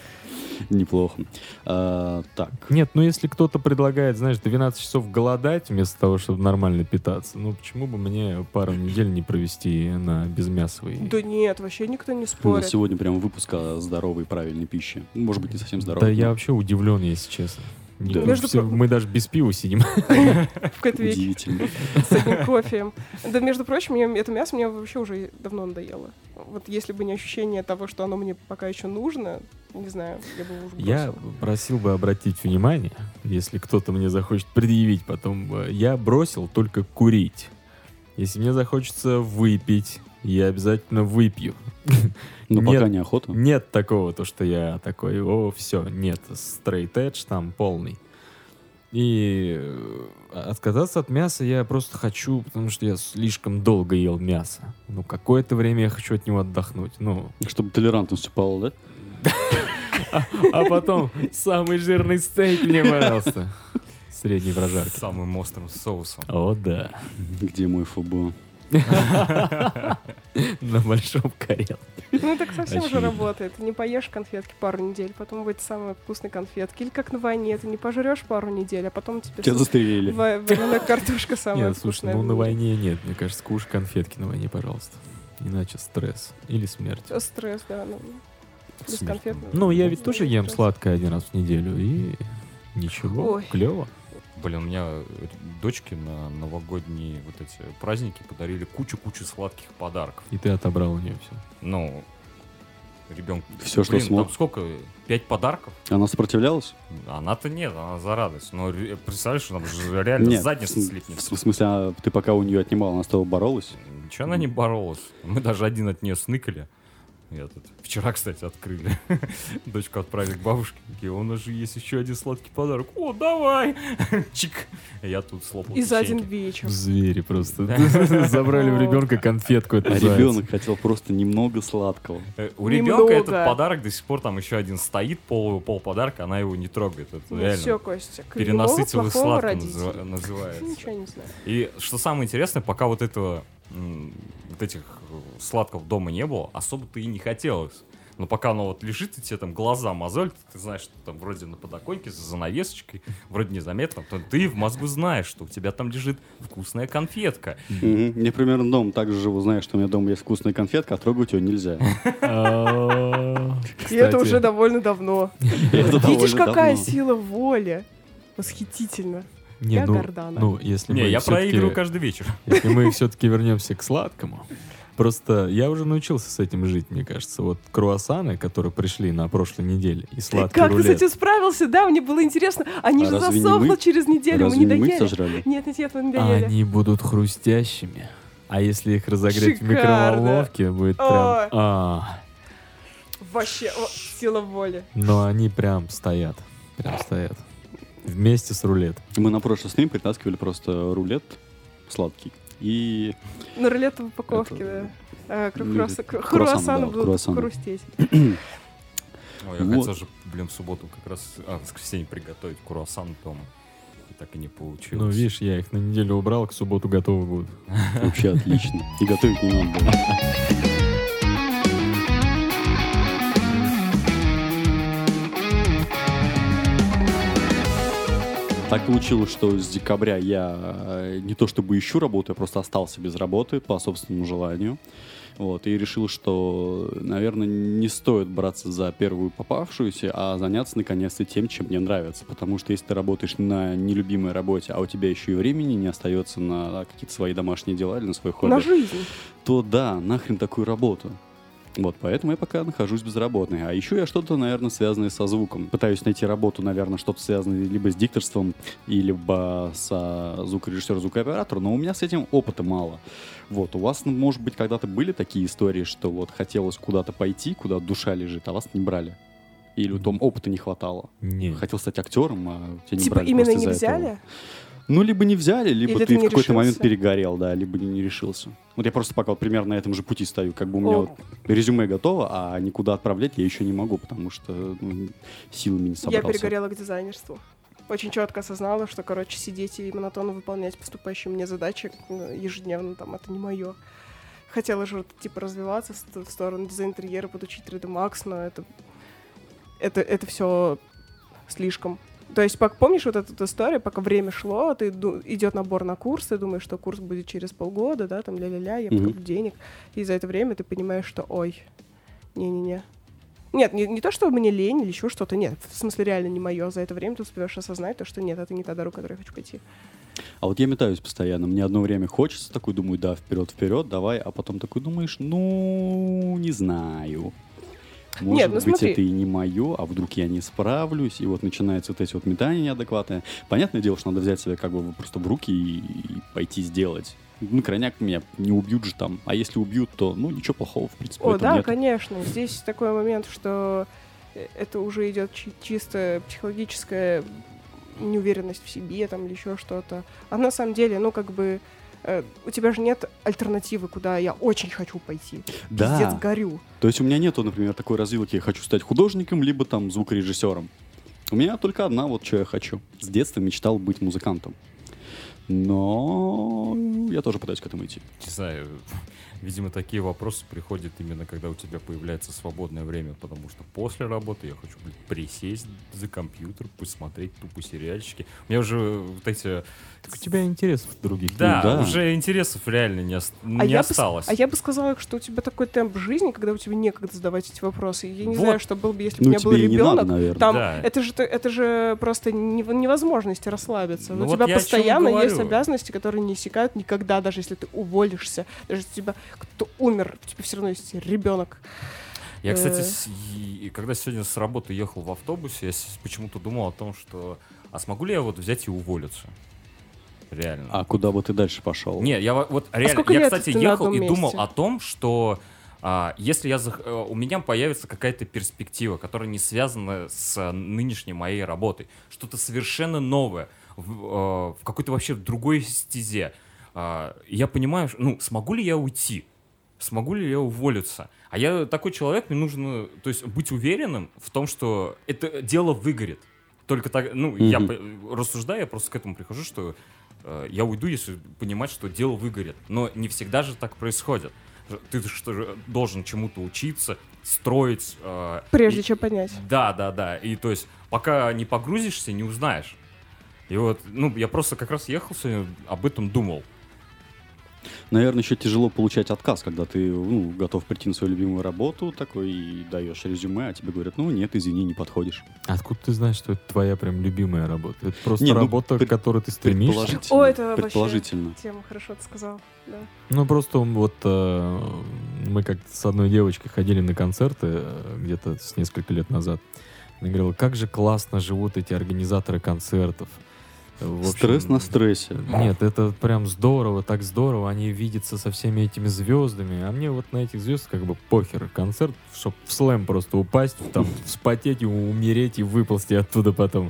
Неплохо. А, так. Нет, ну если кто-то предлагает, знаешь, двенадцать часов голодать вместо того, чтобы нормально питаться, ну почему бы мне пару недель не провести на безмясовый? Да нет, вообще никто не У нас спорит. сегодня прям выпуск о здоровой и правильной пище. Может быть, не совсем Да здоровой. я но вообще удивлен, если честно. Да. Мы, Между все- про- мы даже без пива сидим. В какой-то вечер удивительно. с одним кофеем. Да, между прочим, мне это мясо мне вообще уже давно надоело. Вот если бы не ощущение того, что оно мне пока еще нужно, Не знаю, я бы уже Я бросила. просил бы обратить внимание, если кто-то мне захочет предъявить потом, э, я бросил только курить. Если мне захочется выпить, я обязательно выпью. Но Нет. пока неохота. Нет такого, то, что я такой, о, все, нет, straight edge там полный. И э, отказаться от мяса я просто хочу, потому что я слишком долго ел мясо. Ну, какое-то время я хочу от него отдохнуть. Ну, Чтобы толерантность упала, да? а потом самый жирный стейк мне, пожалуйста. Средней С прожарки. самым острым соусом. О, да. Где мой фубо? На большом коре. Ну, так совсем же Очевидно. работает. Ты не поешь конфетки пару недель, потом будет самые вкусные конфетки. Или как на войне, ты не пожрешь пару недель, а потом тебе Тебя застрелили. ва- вареная картошка самая Нет, слушай, вкусная. ну в на мире. войне нет. Мне кажется, кушай конфетки на войне, пожалуйста. Иначе стресс. Или смерть. Всё стресс, да. Ну, без Смерть. конфет. Ну, я ведь ну, тоже ем стресс. сладкое один раз в неделю. И ничего, Ой. клево. Блин, у меня дочки на новогодние вот эти праздники подарили кучу-кучу сладких подарков. И ты отобрал у нее все. Ну, ребенку... Всё, что блин, смог. там сколько? Пять подарков? Она сопротивлялась? Она-то нет, она за радость. Но ре- представляешь, что там же реально Нет, задница в, слипнет. в смысле, а ты пока у нее отнимал, она с тобой боролась? Ничего она не боролась. Мы даже один от нее сныкали. Я тут вчера, кстати, открыли. Дочку отправили к бабушке. Такие, у нас же есть еще один сладкий подарок. О, давай! Чик! Я тут слопал И за один печеньки. вечер. Звери просто. Забрали у ребенка конфетку. это А называется. ребенок хотел просто немного сладкого. Э, У Немного. ребенка этот подарок до сих пор там еще один стоит, пол, пол подарка, она его не трогает. Это Ну реально все, Костя, перенасытилый плохого сладко родителя. называ- называется. Ничего не знаю. И что самое интересное, пока вот этого, м, вот этих э, сладков дома не было, особо-то и не хотелось. Но пока оно вот лежит, и тебе там глаза мозолит, ты знаешь, что там вроде на подоконнике за занавесочкой, вроде незаметно, то ты в мозгу знаешь, что у тебя там лежит вкусная конфетка. Мгм. Мне примерно дома так же живу, знаешь, что у меня дома есть вкусная конфетка, а трогать ее нельзя. А, И это кстати, уже довольно давно. Это Видишь, довольно какая давно. сила воли. Восхитительно. Не, Я ну, Гордана. ну, если Не, мы я всё-таки- проигрываю каждый вечер. Если мы все-таки вернемся к сладкому, просто я уже научился с этим жить, мне кажется. Вот круассаны, которые пришли на прошлой неделе, и сладкий Как ты с рулет. этим справился? Да, мне было интересно. Они А же разве не засохнут мы? через неделю, мы Разве не не мы их доели. сожрали? Нет, нет, нет, мы не доели. Они будут хрустящими. А если их разогреть в Шикарно. микроволновке, будет прям... Ой. А, Вообще, о, сила воли. но они прям стоят. Прям стоят. Вместе с рулетом. Мы на прошлый стрим притаскивали просто рулет сладкий. И На рулет в упаковке, Это- да. А, кру- Ну, кросс- круассаны, Круассаны да, будут круассаны. хрустеть. Ой, я Вот. хотел же, блин, в субботу как раз, а, в воскресенье приготовить круассан дома. И так и не получилось. Ну, видишь, я их на неделю убрал, к субботу готовы будут. вообще отлично. И готовить не надо было. Так получилось, что с декабря я э, не то чтобы ищу работу, я просто остался без работы по собственному желанию. Вот, и решил, что, наверное, не стоит браться за первую попавшуюся, а заняться наконец-то тем, чем мне нравится. Потому что если ты работаешь на нелюбимой работе, а у тебя еще и времени не остается на какие-то свои домашние дела или на свои хобби, На жизнь. то да, нахрен такую работу. Вот, поэтому я пока нахожусь безработный. А ищу я что-то, наверное, связанное со звуком. Пытаюсь найти работу, наверное, что-то связанное либо с дикторством, и либо со звукорежиссером, звукооператором, но у меня с этим опыта мало. Вот, у вас, ну, может быть, когда-то были такие истории, что вот хотелось куда-то пойти, куда душа лежит, а вас не брали? Или вот там опыта не хватало? Нет. Хотел стать актером, а тебя не Типа брали именно просто не из-за этого. взяли? Ну, либо не взяли, либо Или ты ты в не какой-то момент решился? перегорел, да, либо не, не решился. Вот я просто пока вот примерно на этом же пути стою. Как бы у меня О. вот резюме готово, а никуда отправлять я еще не могу, потому что ну, силами не Я собрался. перегорела к дизайнерству. Очень четко осознала, что, короче, сидеть и монотонно выполнять поступающие мне задачи ну, ежедневно, там, это не мое. Хотела же, вот, типа, развиваться в ст- в сторону дизайн интерьера, подучить три дэ Max, но это... Это, это все слишком. То есть, пок- помнишь вот эту историю, пока время шло, ты ду- идет набор на курс, ты думаешь, что курс будет через полгода, да, там ля-ля-ля, я Мгм. покоплю денег. И за это время ты понимаешь, что ой, не-не-не. Нет, не, не то, что мне лень или еще что-то, нет, в смысле реально не мое. За это время ты успеваешь осознать то, что нет, это не та дорога, которой я хочу пойти. А вот я метаюсь постоянно. Мне одно время хочется, такой думаю, да, вперед, вперед, давай, а потом такой думаешь, ну, не знаю. может Нет, ну быть, смотри. это и не мое, а вдруг я не справлюсь, и вот начинаются вот эти вот метания неадекватные. Понятное дело, что надо взять себя как бы просто в руки и, и пойти сделать. Ну, крайняк меня не убьют же там, а если убьют, то, ну, ничего плохого, в принципе, в О, этом да, нет. конечно. Здесь такой момент, что э, это уже идет чи- чисто психологическая неуверенность в себе там или еще что-то. А на самом деле, ну, как бы, э, у тебя же нет альтернативы, куда я очень хочу пойти. Да. Пиздец, горю. То есть у меня нету, например, такой развилки, я хочу стать художником, либо там звукорежиссером. У меня только одна, вот что я хочу. С детства мечтал быть музыкантом. Но я тоже пытаюсь к этому идти. Не знаю, видимо, такие вопросы приходят именно когда у тебя появляется свободное время, потому что после работы я хочу, блин, присесть за компьютер, посмотреть тупо сериальчики. У меня уже вот эти... Так у тебя интересов других Да, нет. да. уже интересов реально не, ос- А не я, бы, с- осталось. а я бы сказала, что у тебя такой темп жизни, когда у тебя некогда задавать эти вопросы. Я не Вот. знаю, что было бы, если бы Ну, у меня был тебе и не надо, ребенок. наверное. Там Да. это же т- это же просто нев- невозможность расслабиться. Ну у вот тебя я о чем постоянно есть говорю. обязанности, которые не иссякают никогда, даже если ты уволишься, даже если у тебя кто умер, у тебя все равно есть ребенок. Я, кстати, Э. с- и- когда сегодня с работы ехал в автобусе, я с- почему-то думал о том, что а смогу ли я вот взять и уволиться? Реально. А куда бы ты дальше пошел? Не, я во- вот реально, сколько я, лет кстати, ты на ехал одном и думал месте? о том, что а, если я зах- э, у меня появится какая-то перспектива, которая не связана с а, нынешней моей работой, что-то совершенно новое, в, э, в какой-то вообще другой стезе, а, я понимаю, что, ну, смогу ли я уйти? Смогу ли я уволиться? А я такой человек, мне нужно, то есть, быть уверенным в том, что это дело выгорит. Только так, ну, я Мгм. по- рассуждаю, я просто к этому прихожу, что э, я уйду, если понимать, что дело выгорит. Но не всегда же так происходит. Ты что же должен чему-то учиться, строить. э, Прежде и- чем понять. Да, да, да. И то есть, пока не погрузишься, не узнаешь. И вот, ну, я просто как раз ехал сегодня, об этом думал. Наверное, еще тяжело получать отказ, когда ты ну, готов прийти на свою любимую работу такой и даешь резюме, а тебе говорят, ну нет, извини, не подходишь. Откуда ты знаешь, что это твоя прям любимая работа? Это просто Не, ну, работа, пред- к которой ты стремишься? Предположительно. О, это вообще- предположительно. Тема, хорошо ты сказал. Да. Ну, просто вот э, мы как-то с одной девочкой ходили на концерты э, где-то с несколько лет назад. Она говорила, как же классно живут эти организаторы концертов. В общем, Стресс на стрессе. Нет, это прям здорово, так здорово. Они видятся со всеми этими звездами. А мне вот на этих звезд как бы похер. Концерт, чтобы в слэм просто упасть, там, вспотеть и умереть и выползти оттуда потом.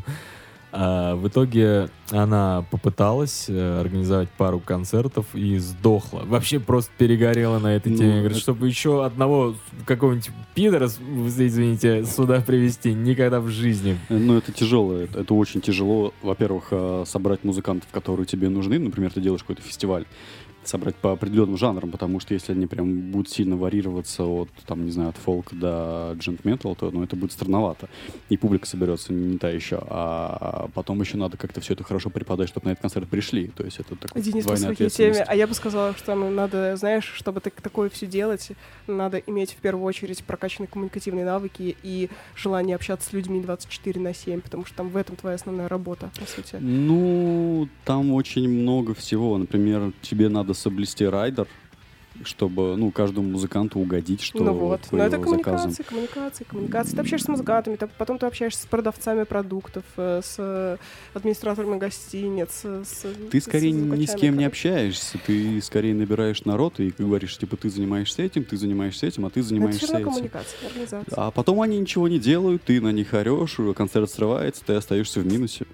А в итоге она попыталась э, организовать пару концертов и сдохла. Вообще просто перегорела на этой Ну, теме. Говорит, это- чтобы еще одного какого-нибудь пидора, с- извините, сюда привести никогда в жизни. Ну, это тяжело, это, это очень тяжело. Во-первых, э, собрать музыкантов, которые тебе нужны. Например, ты делаешь какой-то фестиваль. Собрать по определенным жанрам, потому что если они прям будут сильно варьироваться от, там, не знаю, от фолк до джент-метал, то ну, это будет странновато. И публика соберется не та еще. А потом еще надо как-то все это хорошо преподать, чтобы на этот концерт пришли. То есть это такой Денис по двойная своей теме. ответственность. А я бы сказала, что ну, надо, знаешь, чтобы так, такое все делать, надо иметь в первую очередь прокачанные коммуникативные навыки и желание общаться с людьми двадцать четыре на семь, потому что там в этом твоя основная работа, по сути. Ну, там очень много всего. Например, тебе надо соблюсти райдер, чтобы, ну, каждому музыканту угодить, что Ну вот, по но это его заказам. коммуникации, коммуникации, коммуникации. Ты общаешься с музыкантами, ты- потом ты общаешься с продавцами продуктов, э, с э, администраторами гостиниц, э, с... Ты с- скорее с ни с звукачами, кем не короче. общаешься, ты скорее набираешь народ и говоришь, типа, ты занимаешься этим, ты занимаешься этим, а ты Но это занимаешься все равно этим. коммуникация, организация. А потом они ничего не делают, ты на них орешь, концерт срывается, ты остаешься в минусе.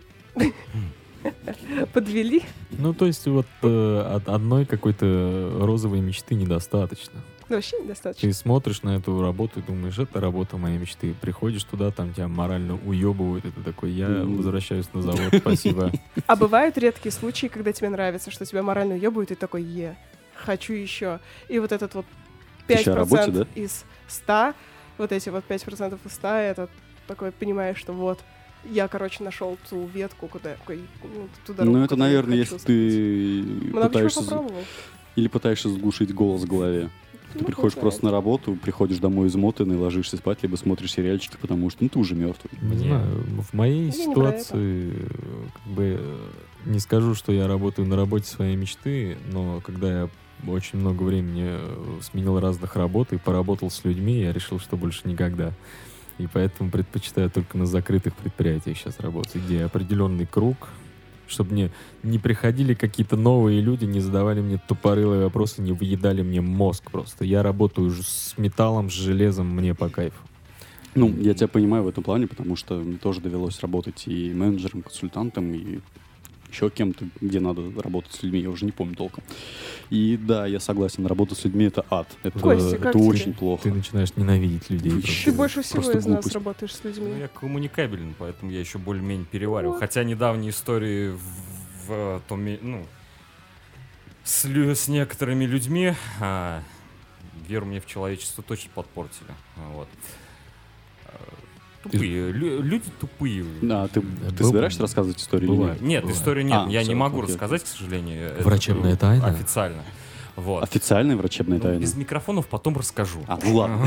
Подвели? Ну, то есть вот э, от одной какой-то розовой мечты недостаточно. Ну, вообще недостаточно. Ты смотришь на эту работу и думаешь, это работа моей мечты. Приходишь туда, там тебя морально уебывают, и ты такой, я Мгм. возвращаюсь на завод, спасибо. А бывают редкие случаи, когда тебе нравится, что тебя морально уебывают, и ты такой, е, хочу еще. И вот этот вот Ты пять ща о работе, процентов из ста, вот эти вот пять процентов из ста, это такой, понимаешь, что вот, я, короче, нашел ту ветку, куда, какой, ну, ту дорогу, Ну, это, которую я наверное, хочу если ступить. ты Много чего пытаешься... за- попробовал. Или пытаешься заглушить голос в голове. Ты Ну, приходишь получается. просто на работу, приходишь домой измотанный, ложишься спать, либо смотришь сериальчики, потому что ну, ты уже мертвый. Не Не. знаю, в моей Я не про это. ситуации, э, как бы, э, не скажу, что я работаю на работе своей мечты, но когда я очень много времени э, сменил разных работ и поработал с людьми, я решил, что больше никогда. И поэтому предпочитаю только на закрытых предприятиях сейчас работать, где определенный круг, чтобы мне не приходили какие-то новые люди, не задавали мне тупорылые вопросы, не выедали мне мозг просто. Я работаю уже с металлом, с железом, мне по кайфу. Ну, я тебя понимаю в этом плане, потому что мне тоже довелось работать и менеджером, консультантом, и еще кем-то, где надо работать с людьми, я уже не помню толком. И да, я согласен, работа с людьми — это ад. Это, Костя, это как тебе? очень плохо. Ты начинаешь ненавидеть людей. Ты просто. Ты больше всего Просто из нас глупость. работаешь с людьми. Ну, я коммуникабелен, поэтому я еще более-менее перевариваю. Вот. Хотя недавние истории в, в том, ме- ну, с, лю- с некоторыми людьми а, веру мне в человечество точно подпортили. Вот. А, Тупые. Лю- люди тупые. Да, ты, Да, ты был- собираешься рассказывать историю или бывает. нет? Нет, Бывает. историю нет. А, я всё, не могу окей. рассказать, к сожалению. Это Врачебная тайна? Официально. Вот. Официальная врачебная Ну, тайна? без микрофонов потом расскажу. А, ну ладно.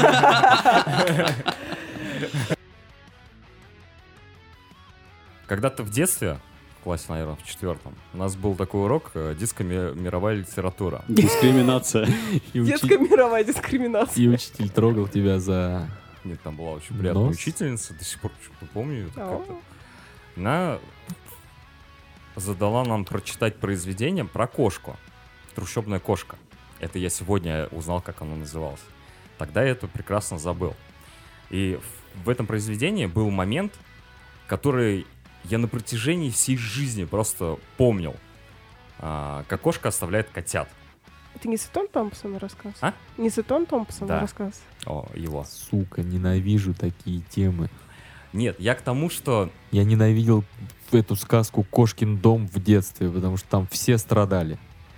Когда-то в детстве, в классе, наверное, в четвертом, у нас был такой урок э, детская ми- мировая литература. Дискриминация. И, учи- Детская мировая дискриминация. и учитель трогал тебя за... Нет, там была очень приятная Нос? учительница, до сих пор почему-то помню. её, так Ау. это. Она задала нам прочитать произведение про кошку. «Трущобная кошка». Это я сегодня узнал, как оно называлось. Тогда я это прекрасно забыл. И в в этом произведении был момент, который я на протяжении всей жизни просто помнил. А, как кошка оставляет котят. Это не Сетон Томпсон рассказ? А? Не Сетон Томпсон Да. рассказ? О, его. Сука, ненавижу такие темы. Нет, я к тому, что... Я ненавидел эту сказку «Кошкин дом» в детстве, потому что там все страдали.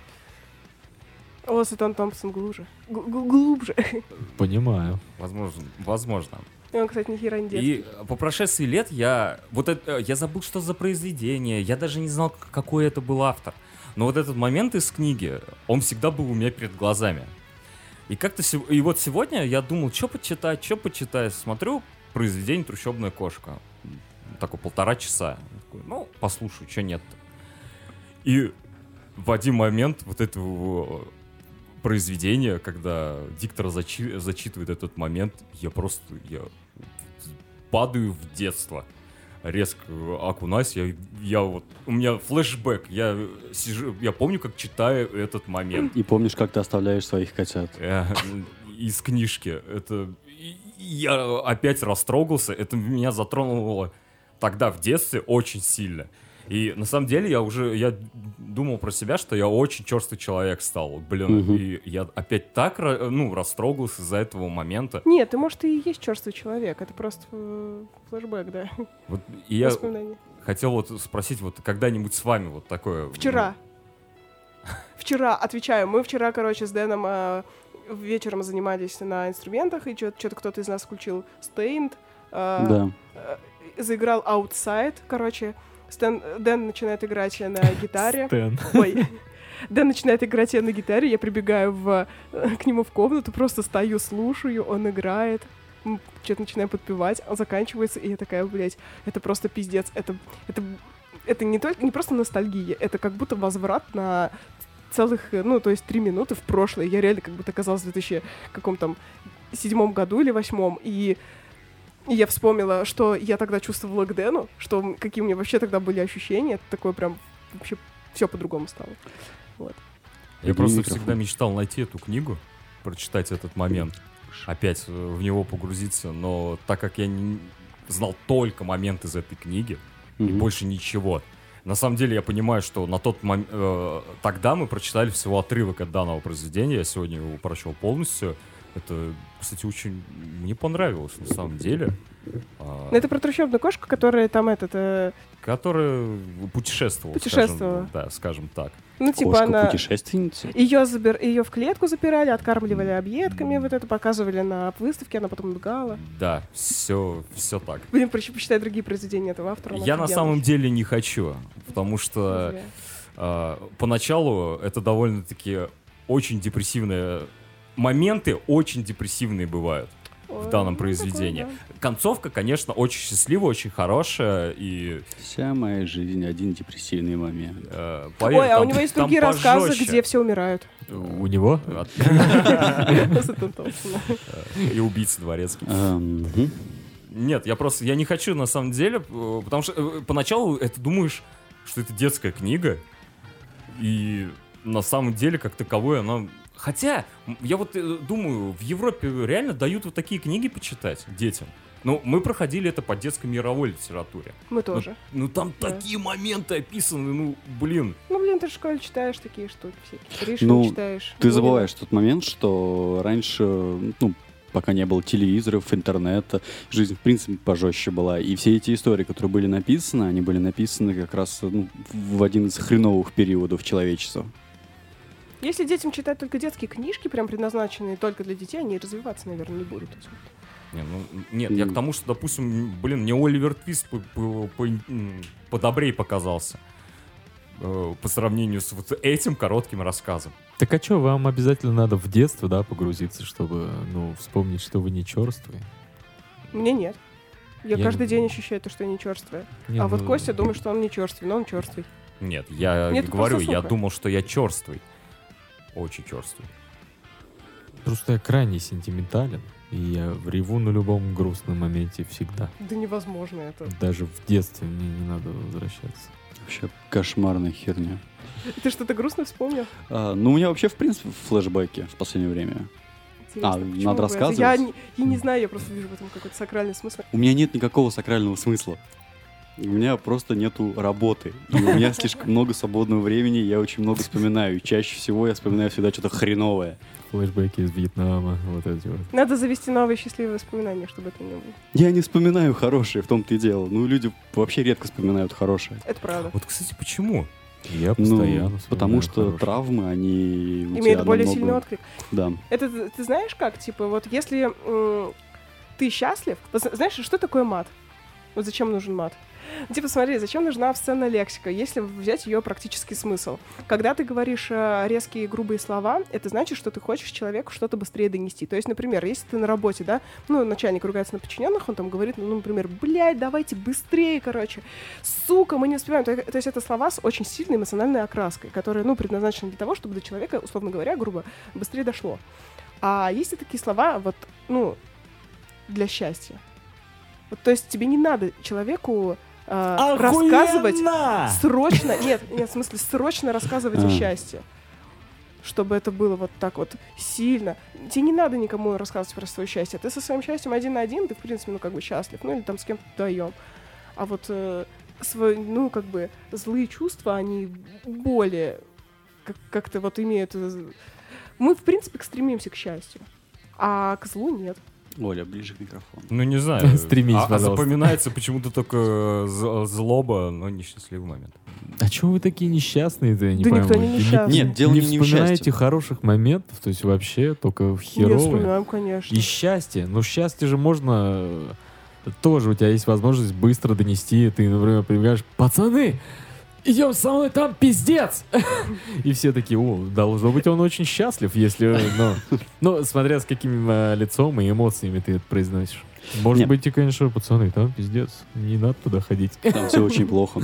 О, Сетон Томпсон глубже. Г- г- глубже. Понимаю. Возможно, возможно. И он, кстати, ни хера не детский. И по прошествии лет я... Вот это, я забыл, что за произведение. Я даже не знал, к- какой это был автор. Но вот этот момент из книги, он всегда был у меня перед глазами. И как-то... сев- И вот сегодня я думал, что почитать, что почитать. Смотрю произведение «Трущобная кошка». Такой полтора часа. Такой, ну, послушаю, что нет-то. И в один момент вот этого произведения, когда диктор зачи- зачитывает этот момент, я просто я падаю в детство. Резко окунаюсь, я, я вот, у меня флешбэк, я сижу, я помню, как читаю этот момент И помнишь, как ты оставляешь своих котят? э, из книжки. Это и- и я опять растрогался, это меня затронуло тогда в детстве очень сильно. И на самом деле я уже я думал про себя, что я очень черствый человек стал. Блин, Мгм. и я опять так ра- ну, растрогался из-за этого момента. Нет, ты, может, и есть черствый человек. Это просто э, флешбэк, да. Вот, и я Воспоминания. хотел вот спросить, вот когда-нибудь с вами вот такое... Вчера. Вчера, отвечаю. Мы вчера, короче, с Дэном э, вечером занимались на инструментах, и что-то кто-то из нас включил Stained, э, Да. э, заиграл Outside, короче. Стэн, Дэн начинает играть на гитаре. Стэн. Ой. Дэн начинает играть на гитаре, я прибегаю в, э, к нему в комнату, просто стою, слушаю, он играет, м, что-то начинаю подпевать, он заканчивается, и я такая, блядь, это просто пиздец, это, это, это не, только, не просто ностальгия, это как будто возврат на целых, э, ну, то есть три минуты в прошлое. Я реально как будто оказалась в две тысячи каком там седьмом году или восьмом, и И я вспомнила, что я тогда чувствовала к Дэну, что м- какие у меня вообще тогда были ощущения. Это такое прям вообще все по-другому стало. Вот. Я Иди просто микрофон. всегда мечтал найти эту книгу, прочитать этот момент, опять э, в него погрузиться, но так как я не знал только момент из этой книги, и Мгм. больше ничего. На самом деле я понимаю, что на тот момент тогда мы прочитали всего отрывок от данного произведения. Я сегодня его прочел полностью. Это, кстати, очень мне понравилось на самом деле. А, Но это про трущобную кошку, которая там этот... э, Которая путешествовала, Путешествовала. скажем, да, скажем так. ну, типа она... Кошка-путешественница? Ее, забир... Ее в клетку запирали, откармливали объедками, вот это показывали на выставке, она потом убегала. Да, все, все так. Будем проще почитать другие произведения этого автора. он Я на офигенный. самом деле не хочу, потому что Зря. э, поначалу это довольно-таки очень депрессивные моменты, очень депрессивные бывают. в данном произведении. Такое, да. Концовка, конечно, очень счастливая, очень хорошая, и... Вся моя жизнь один депрессивный момент. Э, поверь, Ой, а там- у него есть там другие рассказы, пожестче. где все умирают. У него? От- С этим точно. И убийца дворецкий. Эм, мгм. Нет, я просто, я не хочу на самом деле, э, потому что э, поначалу это думаешь, что это детская книга, и на самом деле, как таковой, она... Хотя, м, я вот э, думаю, в Европе реально дают вот такие книги почитать детям. Ну, мы проходили это по детской мировой литературе. Мы тоже. Ну, там Да. такие моменты описаны, ну, блин. Ну, блин, ты в школе читаешь такие штуки всякие. Гришин Ну, читаешь. Ты Бунина. забываешь тот момент, что раньше, ну, пока не было телевизоров, интернета, жизнь, в принципе, пожестче была. И все эти истории, которые были написаны, они были написаны как раз ну, в один из хреновых периодов человечества. Если детям читать только детские книжки, прям предназначенные только для детей, они развиваться, наверное, не будут. Не, ну, нет, я к тому, что, допустим, блин, мне Оливер Твист по- по- по- м, подобрее показался э, по сравнению с вот этим коротким рассказом. Так а что, вам обязательно надо в детство, да, погрузиться, чтобы, ну, вспомнить, что вы не черствые? Мне нет. Я, Я каждый не- день ощущаю то, что я не черствая. Не, а вот ну, Костя думает, что он не черствый, но он черствый. Нет, я Нет, ты говорю, просто я слухай. думал, что я черствый. Очень черствый. Просто я крайне сентиментален, и я реву на любом грустном моменте всегда. Да невозможно это. Даже в детстве мне не надо возвращаться. Вообще кошмарная херня. Ты что-то грустно вспомнил? А, ну, у меня вообще, в принципе, флешбеки в последнее время. Интересно, А, почему надо бы это? рассказывать? Я не, я не знаю, я просто вижу в этом какой-то сакральный смысл. У меня нет никакого сакрального смысла. У меня просто нету работы. И у меня слишком много свободного времени, я очень много вспоминаю. И чаще всего я вспоминаю всегда что-то хреновое. Флэшбэки из Вьетнама, вот эти вот. Надо завести новые счастливые воспоминания, чтобы это не было. Я не вспоминаю хорошее, в том-то и дело. Ну, люди вообще редко вспоминают хорошее. Это правда. Вот, кстати, почему? Я Ну, постоянно потому вспоминаю что хорошее. травмы, они... у Имеет тебя более намного- сильный отклик. Да. Это ты ты знаешь как? Типа, вот если м, ты счастлив, вот зна- знаешь, что такое мат? Вот зачем нужен мат? Типа, смотри, зачем нужна обсценная лексика, если взять ее практический смысл? Когда ты говоришь э, резкие грубые слова, это значит, что ты хочешь человеку что-то быстрее донести. То есть, например, если ты на работе, да, ну, начальник ругается на подчиненных, он там говорит, ну, например, блядь, давайте быстрее, короче, сука, мы не успеваем. То, то есть это слова с очень сильной эмоциональной окраской, которые, ну, предназначены для того, чтобы до человека, условно говоря, грубо, быстрее дошло. А есть и такие слова, вот, ну, для счастья. Вот, то есть тебе не надо человеку э, рассказывать срочно, нет, нет, в смысле, срочно рассказывать о А. счастье, чтобы это было вот так вот сильно. Тебе не надо никому рассказывать про свое счастье. Ты со своим счастьем один на один, ты, в принципе, ну, как бы счастлив, ну, или там с кем-то вдвоем. А вот, э, свой, ну, как бы, злые чувства, они более как- как-то вот имеют... э, Мы, в принципе, стремимся к счастью, а к злу нет. Оля, ближе к микрофону. Ну, не знаю. Стремись, а, а пожалуйста. запоминается почему-то только з- злоба, но несчастливый момент. А чего вы такие несчастные-то? Я не Да пойму. никто не Вы несчастный. Нет, дело не не в вспоминаете счастье. хороших моментов, то есть вообще только Не херовые. вспоминаем, конечно. И счастье. Ну, счастье же можно... э, Тоже у тебя есть возможность быстро донести. Ты, например, прибегаешь, пацаны, идем со мной, там пиздец! И все такие, о, должно быть, он очень счастлив, если... Ну, ну смотря с каким э, лицом и эмоциями ты это произносишь. Может Нет. быть, и, конечно, пацаны, там пиздец, не надо туда ходить. Там все очень плохо.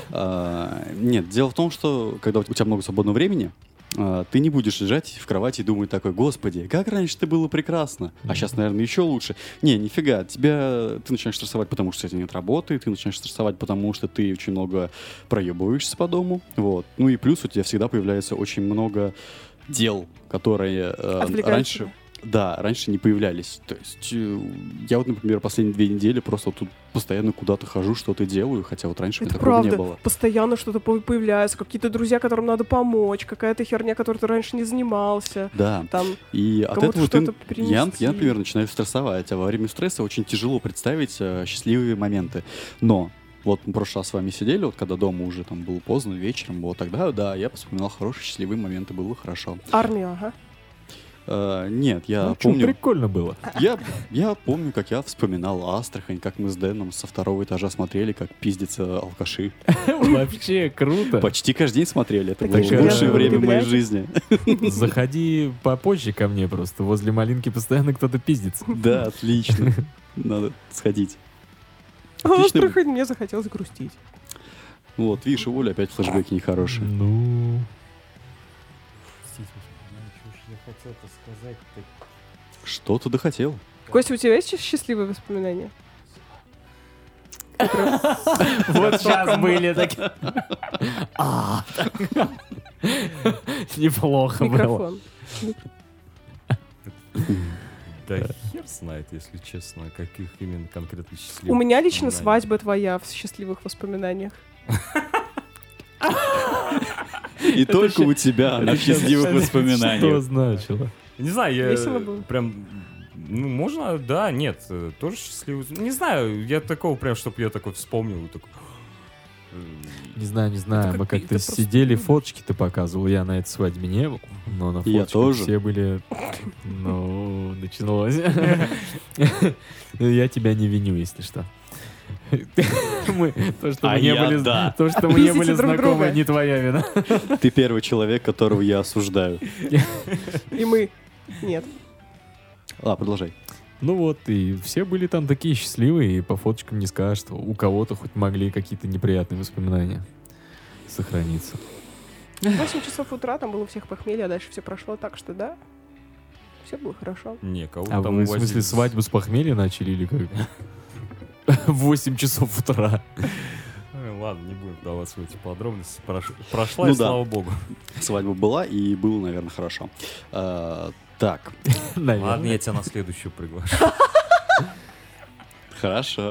А, Нет, дело в том, что когда у тебя много свободного времени, а, ты не будешь лежать в кровати и думать такой, господи, как раньше-то было прекрасно, а сейчас, наверное, еще лучше. Не, нифига, тебя ты начинаешь стрессовать, потому что у тебя нет работы, ты начинаешь стрессовать, потому что ты очень много проебываешься по дому, вот. Ну и плюс у тебя всегда появляется очень много дел, которые э, Отвлекают раньше... тебя. Да, раньше не появлялись. То есть э, я вот, например, последние две недели просто вот тут постоянно куда-то хожу, что-то делаю, хотя вот раньше у меня Это такого не правда. было. Постоянно что-то по- появляется, какие-то друзья, которым надо помочь, какая-то херня, которой ты раньше не занимался. Да, Там и от кому-то этого ты, что-то я, принести. я, например, начинаю стрессовать, а во время стресса очень тяжело представить э, счастливые моменты. Но вот мы в прошлый раз с вами сидели, вот когда дома уже там было поздно, вечером, вот тогда, да, я вспоминал хорошие счастливые моменты, было хорошо. армию, ага. Э, Нет, я Ну, чё, помню... прикольно было. Я, я помню, как я вспоминал Астрахань, как мы с Дэном со второго этажа смотрели, как пиздятся алкаши. Вообще круто. Почти каждый день смотрели. Это Так было интересно. лучшее время в моей Удивляйтесь. жизни. Заходи попозже ко мне просто. Возле малинки постоянно кто-то пиздится. Да, отлично. Надо сходить. А Отлично. Астрахань, мне захотелось грустить. Вот, видишь, у Оли опять флешбеки нехорошие. Ну... Что ты дохотел? Костя, у тебя есть счастливые воспоминания? Вот сейчас были такие. А. Неплохо было. Микрофон. Да хер знает, если честно, каких именно конкретно У счастливых. меня лично воспоминаний. свадьба твоя в счастливых воспоминаниях. И только ща- у тебя на Это щас- счастливых Что воспоминаниях. значило? Не знаю, я Весело было? прям... Ну, можно, да, нет, э, тоже счастливый. Не знаю, я такого прям, чтобы я такой вспомнил. Такой... э, Не знаю, не знаю. как- Мы как-то это просто сидели, люди. фоточки ты показывал. Я на этой свадьбе не был, но на Я фоточках тоже. все были... Ну, началось. Я тебя не виню, если что. Мы, то, что А мы не я были, да. то, что мы не Пиздите были друг знакомы, друга. не твоя вина. Ты первый человек, которого я осуждаю. И мы... Нет. А, продолжай. Ну вот, и все были там такие счастливые, и по фоточкам не скажешь, что у кого-то хоть могли какие-то неприятные воспоминания сохраниться. восемь часов утра, там было у всех похмелье, а дальше все прошло так, что да, все было хорошо. Не, кого А там вы, в смысле, увозили? свадьбу с похмелья начали или как? В восемь часов утра. Ой, ладно, не будем вдаваться в эти подробности. Прош- Прошла, Ну и да. слава богу. Свадьба была, и было, наверное, хорошо. А, так, Ладно, я Наверное. тебя на следующую приглашу. хорошо.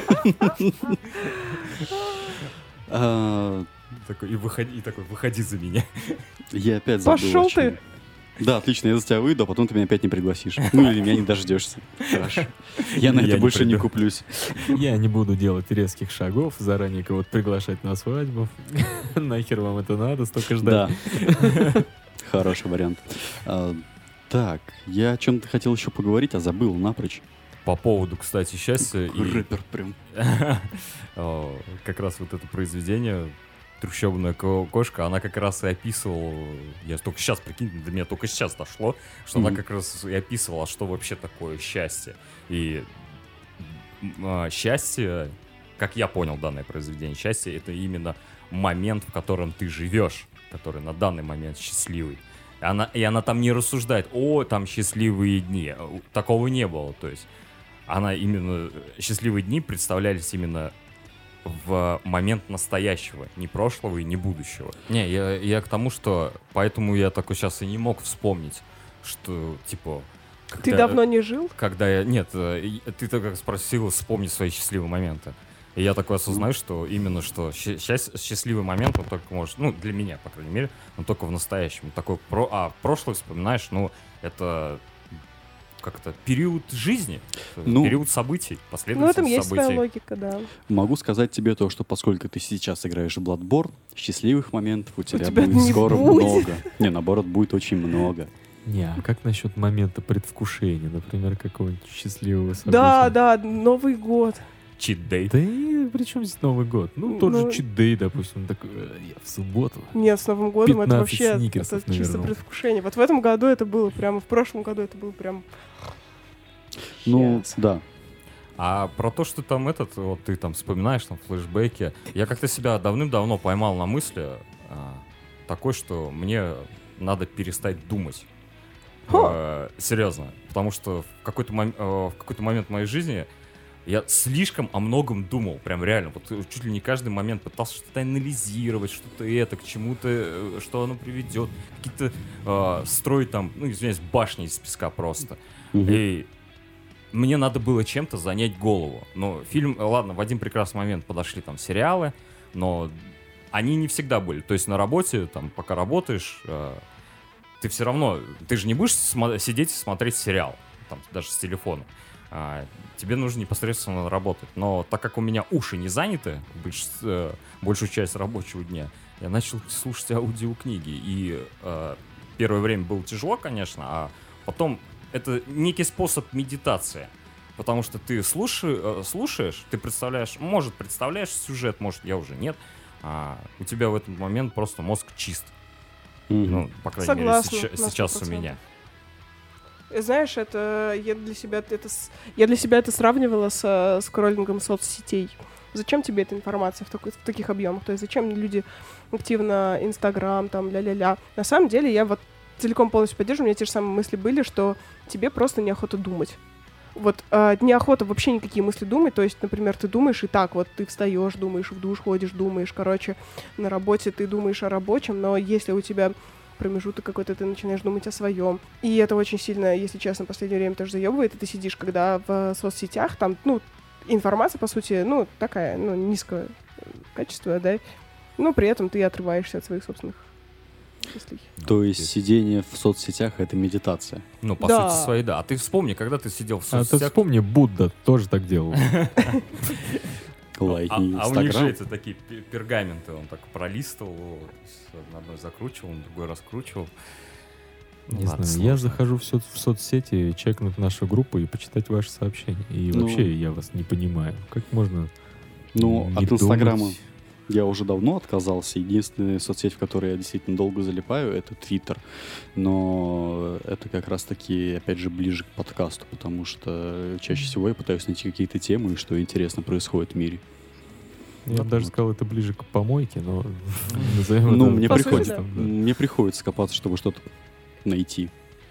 А, Такой, и выходи, и такой, выходи за меня. Я опять забыл. Пошел о чем. ты. Да, отлично, я за тебя выйду, а потом ты меня опять не пригласишь. Ну или меня не дождешься. Хорошо. Я на Я это не больше не приду. куплюсь. Я не буду делать резких шагов, заранее кого-то приглашать на свадьбу. Нахер вам это надо, столько Да. ждать. Хороший вариант. А, Так, я о чем-то хотел еще поговорить, а забыл напрочь. По поводу, кстати, счастья и Рэпер прям. О, как раз вот это произведение «Трущобная ко- кошка», она как раз и описывала, я только сейчас, прикинь, до меня только сейчас дошло, что она Мгм. как раз и описывала, что вообще такое счастье. И м, а, счастье, как я понял данное произведение, счастье — это именно момент, в котором ты живешь, который на данный момент счастливый. И она, и она там не рассуждает: о, там счастливые дни. Такого не было. То есть она именно... Счастливые дни представлялись именно в момент настоящего. Не прошлого и не будущего. Не, я, я к тому, что... Поэтому я такой сейчас и не мог вспомнить, что, типа... Ты когда- давно не жил? Когда я... Нет, э, и- ты так как спросил вспомнить свои счастливые моменты. И я такой осознаю, что именно что ща- счасть- счастливый момент, он только может... Ну, для меня, по крайней мере, он только в настоящем. Такой про... А прошлое вспоминаешь, ну, это... Как-то период жизни, Ну, период событий, Ну, в последовательность этом есть событий. своя логика, да. Могу сказать тебе то, что поскольку ты сейчас играешь в Bloodborne, счастливых моментов у тебя, тебя будет не скоро будет. много. Не, наоборот, будет очень много. Не, а как насчет момента предвкушения, например, какого-нибудь счастливого события? Да, да, Новый год. Чит-дей. Да и при чем здесь Новый год? Ну, тот Ну, же чит-дей, допустим, он такой, «Э, я в субботу. Нет, с Новым годом это пятнадцать вообще сникерсов это чисто навернул. предвкушение. Вот в этом году это было прямо, в прошлом году это было прям... Ну, Щас. да. А про то, что там этот, вот ты там вспоминаешь, там, флешбеки, я как-то себя давным-давно поймал на мысли а, такой, что мне надо перестать думать. Хо. Э, серьезно. Потому что в какой-то, мом- э, в какой-то момент моей жизни я слишком о многом думал, прям реально. Вот э, чуть ли не каждый момент пытался что-то анализировать, что-то это, к чему-то, э, что оно приведет. Какие-то э, строить там, ну, извиняюсь, башни из песка просто. Мгм. И мне надо было чем-то занять голову. Но фильм, э, ладно, в один прекрасный момент подошли там сериалы, но они не всегда были. То есть на работе, там, пока работаешь, э, ты все равно, ты же не будешь смо- сидеть и смотреть сериал, там, даже с телефона. А, тебе нужно непосредственно работать. Но так как у меня уши не заняты больш- э, большую часть рабочего дня, я начал слушать аудиокниги. И э, первое время было тяжело, конечно, а Потом это некий способ медитации. Потому что ты слушай, слушаешь, ты представляешь, может, представляешь сюжет, может, я уже нет. А у тебя в этот момент просто мозг чист. Мгм. Ну, по крайней Согласна, мере, на сейчас, сейчас сто у меня. процентов. Знаешь, это я для себя это с- я для себя это сравнивала со скроллингом соцсетей. Зачем тебе эта информация в, такой- в таких объемах? То есть зачем люди активно Инстаграм, там, ля-ля-ля? На самом деле я вот целиком полностью поддерживаю, у меня те же самые мысли были, что тебе просто неохота думать. Вот э, неохота вообще никакие мысли думать. То есть, например, ты думаешь и так, вот ты встаешь, думаешь, в душ ходишь, думаешь, короче, на работе ты думаешь о рабочем, но если у тебя промежуток какой-то, ты начинаешь думать о своем. И это очень сильно, если честно, в последнее время тоже заебывает, и ты сидишь, когда в соцсетях, там, ну, информация, по сути, ну, такая, ну, низкого качества, да, но при этом ты отрываешься от своих собственных мыслей. То есть сидение в соцсетях — это медитация. Ну, по Да. сути своей, да. А ты вспомни, когда ты сидел в А ты соцсетях... вспомни, Будда тоже так делал. Лайк а, не а у них же Инстаграм. эти такие пе- пергаменты, он так пролистывал, его, с- на одной закручивал, на другой раскручивал. Ну, Не ладно, знаю, я сложно. захожу в, со- в соцсети, чекнуть нашу группу и почитать ваши сообщения. И Ну. вообще я вас не понимаю. Как можно Ну, не от думать? Инстаграма я уже давно отказался. Единственная соцсеть, в которой я действительно долго залипаю, это Твиттер. Но это как раз-таки, опять же, ближе к подкасту, потому что чаще всего я пытаюсь найти какие-то темы, что интересно происходит в мире. Я бы Вот. даже сказал, это ближе к помойке, но назовем Ну, это мне По сути, приходится, да. мне приходится копаться, чтобы что-то найти.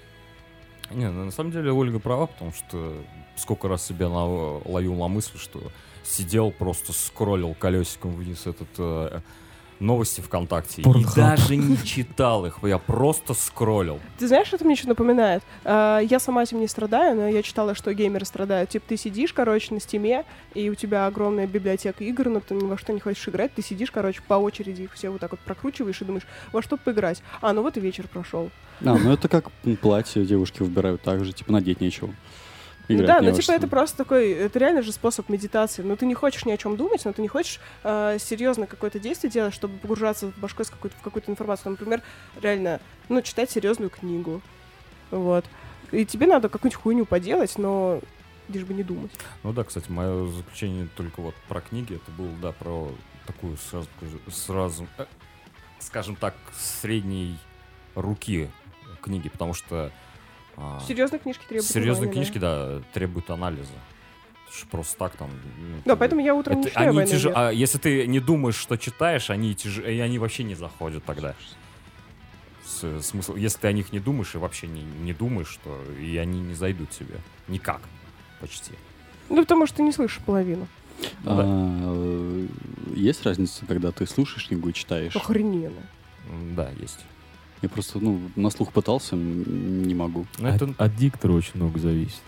Не, ну, на самом деле Ольга права, потому что сколько раз себя на- ловил на мысли, что сидел, просто скроллил колесиком вниз этот э, новости ВКонтакте и Порнхаб. даже не читал их, я просто скроллил. Ты знаешь, это мне что напоминает? А, я сама этим не страдаю, но я читала, что геймеры страдают. Типа ты сидишь, короче, на стиме, и у тебя огромная библиотека игр, но ты ни во что не хочешь играть, ты сидишь, короче, по очереди их все вот так вот прокручиваешь и думаешь, во что поиграть? А, ну вот и вечер прошел. А, ну это как м, платье девушки выбирают так же, типа надеть нечего. Ну Играть да, не ну во типа что. это просто такой, это реально же способ медитации. Ну ты не хочешь ни о чем думать, но ты не хочешь э, серьезно какое-то действие делать, чтобы погружаться в башкой с какой-то, в какую-то информацию. Например, реально, ну, читать серьезную книгу. Вот. И тебе надо какую-нибудь хуйню поделать, но лишь бы не думать. Ну да, кстати, мое заключение только вот про книги, это было, да, про такую сразу, сразу э, скажем так, средней руки книги, потому что а, Серьезные книжки требуют серьезные внимания, книжки, да, требуют анализа. Это ж просто так там... ну, Да, ты- поэтому я утром не это- читаю они «Войну и тяж- мир». а если ты не думаешь, что читаешь, они, тяж... и они вообще не заходят тогда. С- смысл, если ты о них не думаешь и вообще не, не думаешь, то и они не зайдут тебе. Никак. Почти. Ну, потому что ты не слышишь половину. Ну да. А, есть разница, когда ты слушаешь книгу и читаешь? Охрененно. М, Да, есть. Я просто, ну, на слух пытался, м, не могу. Но От, это, от диктора очень много зависит.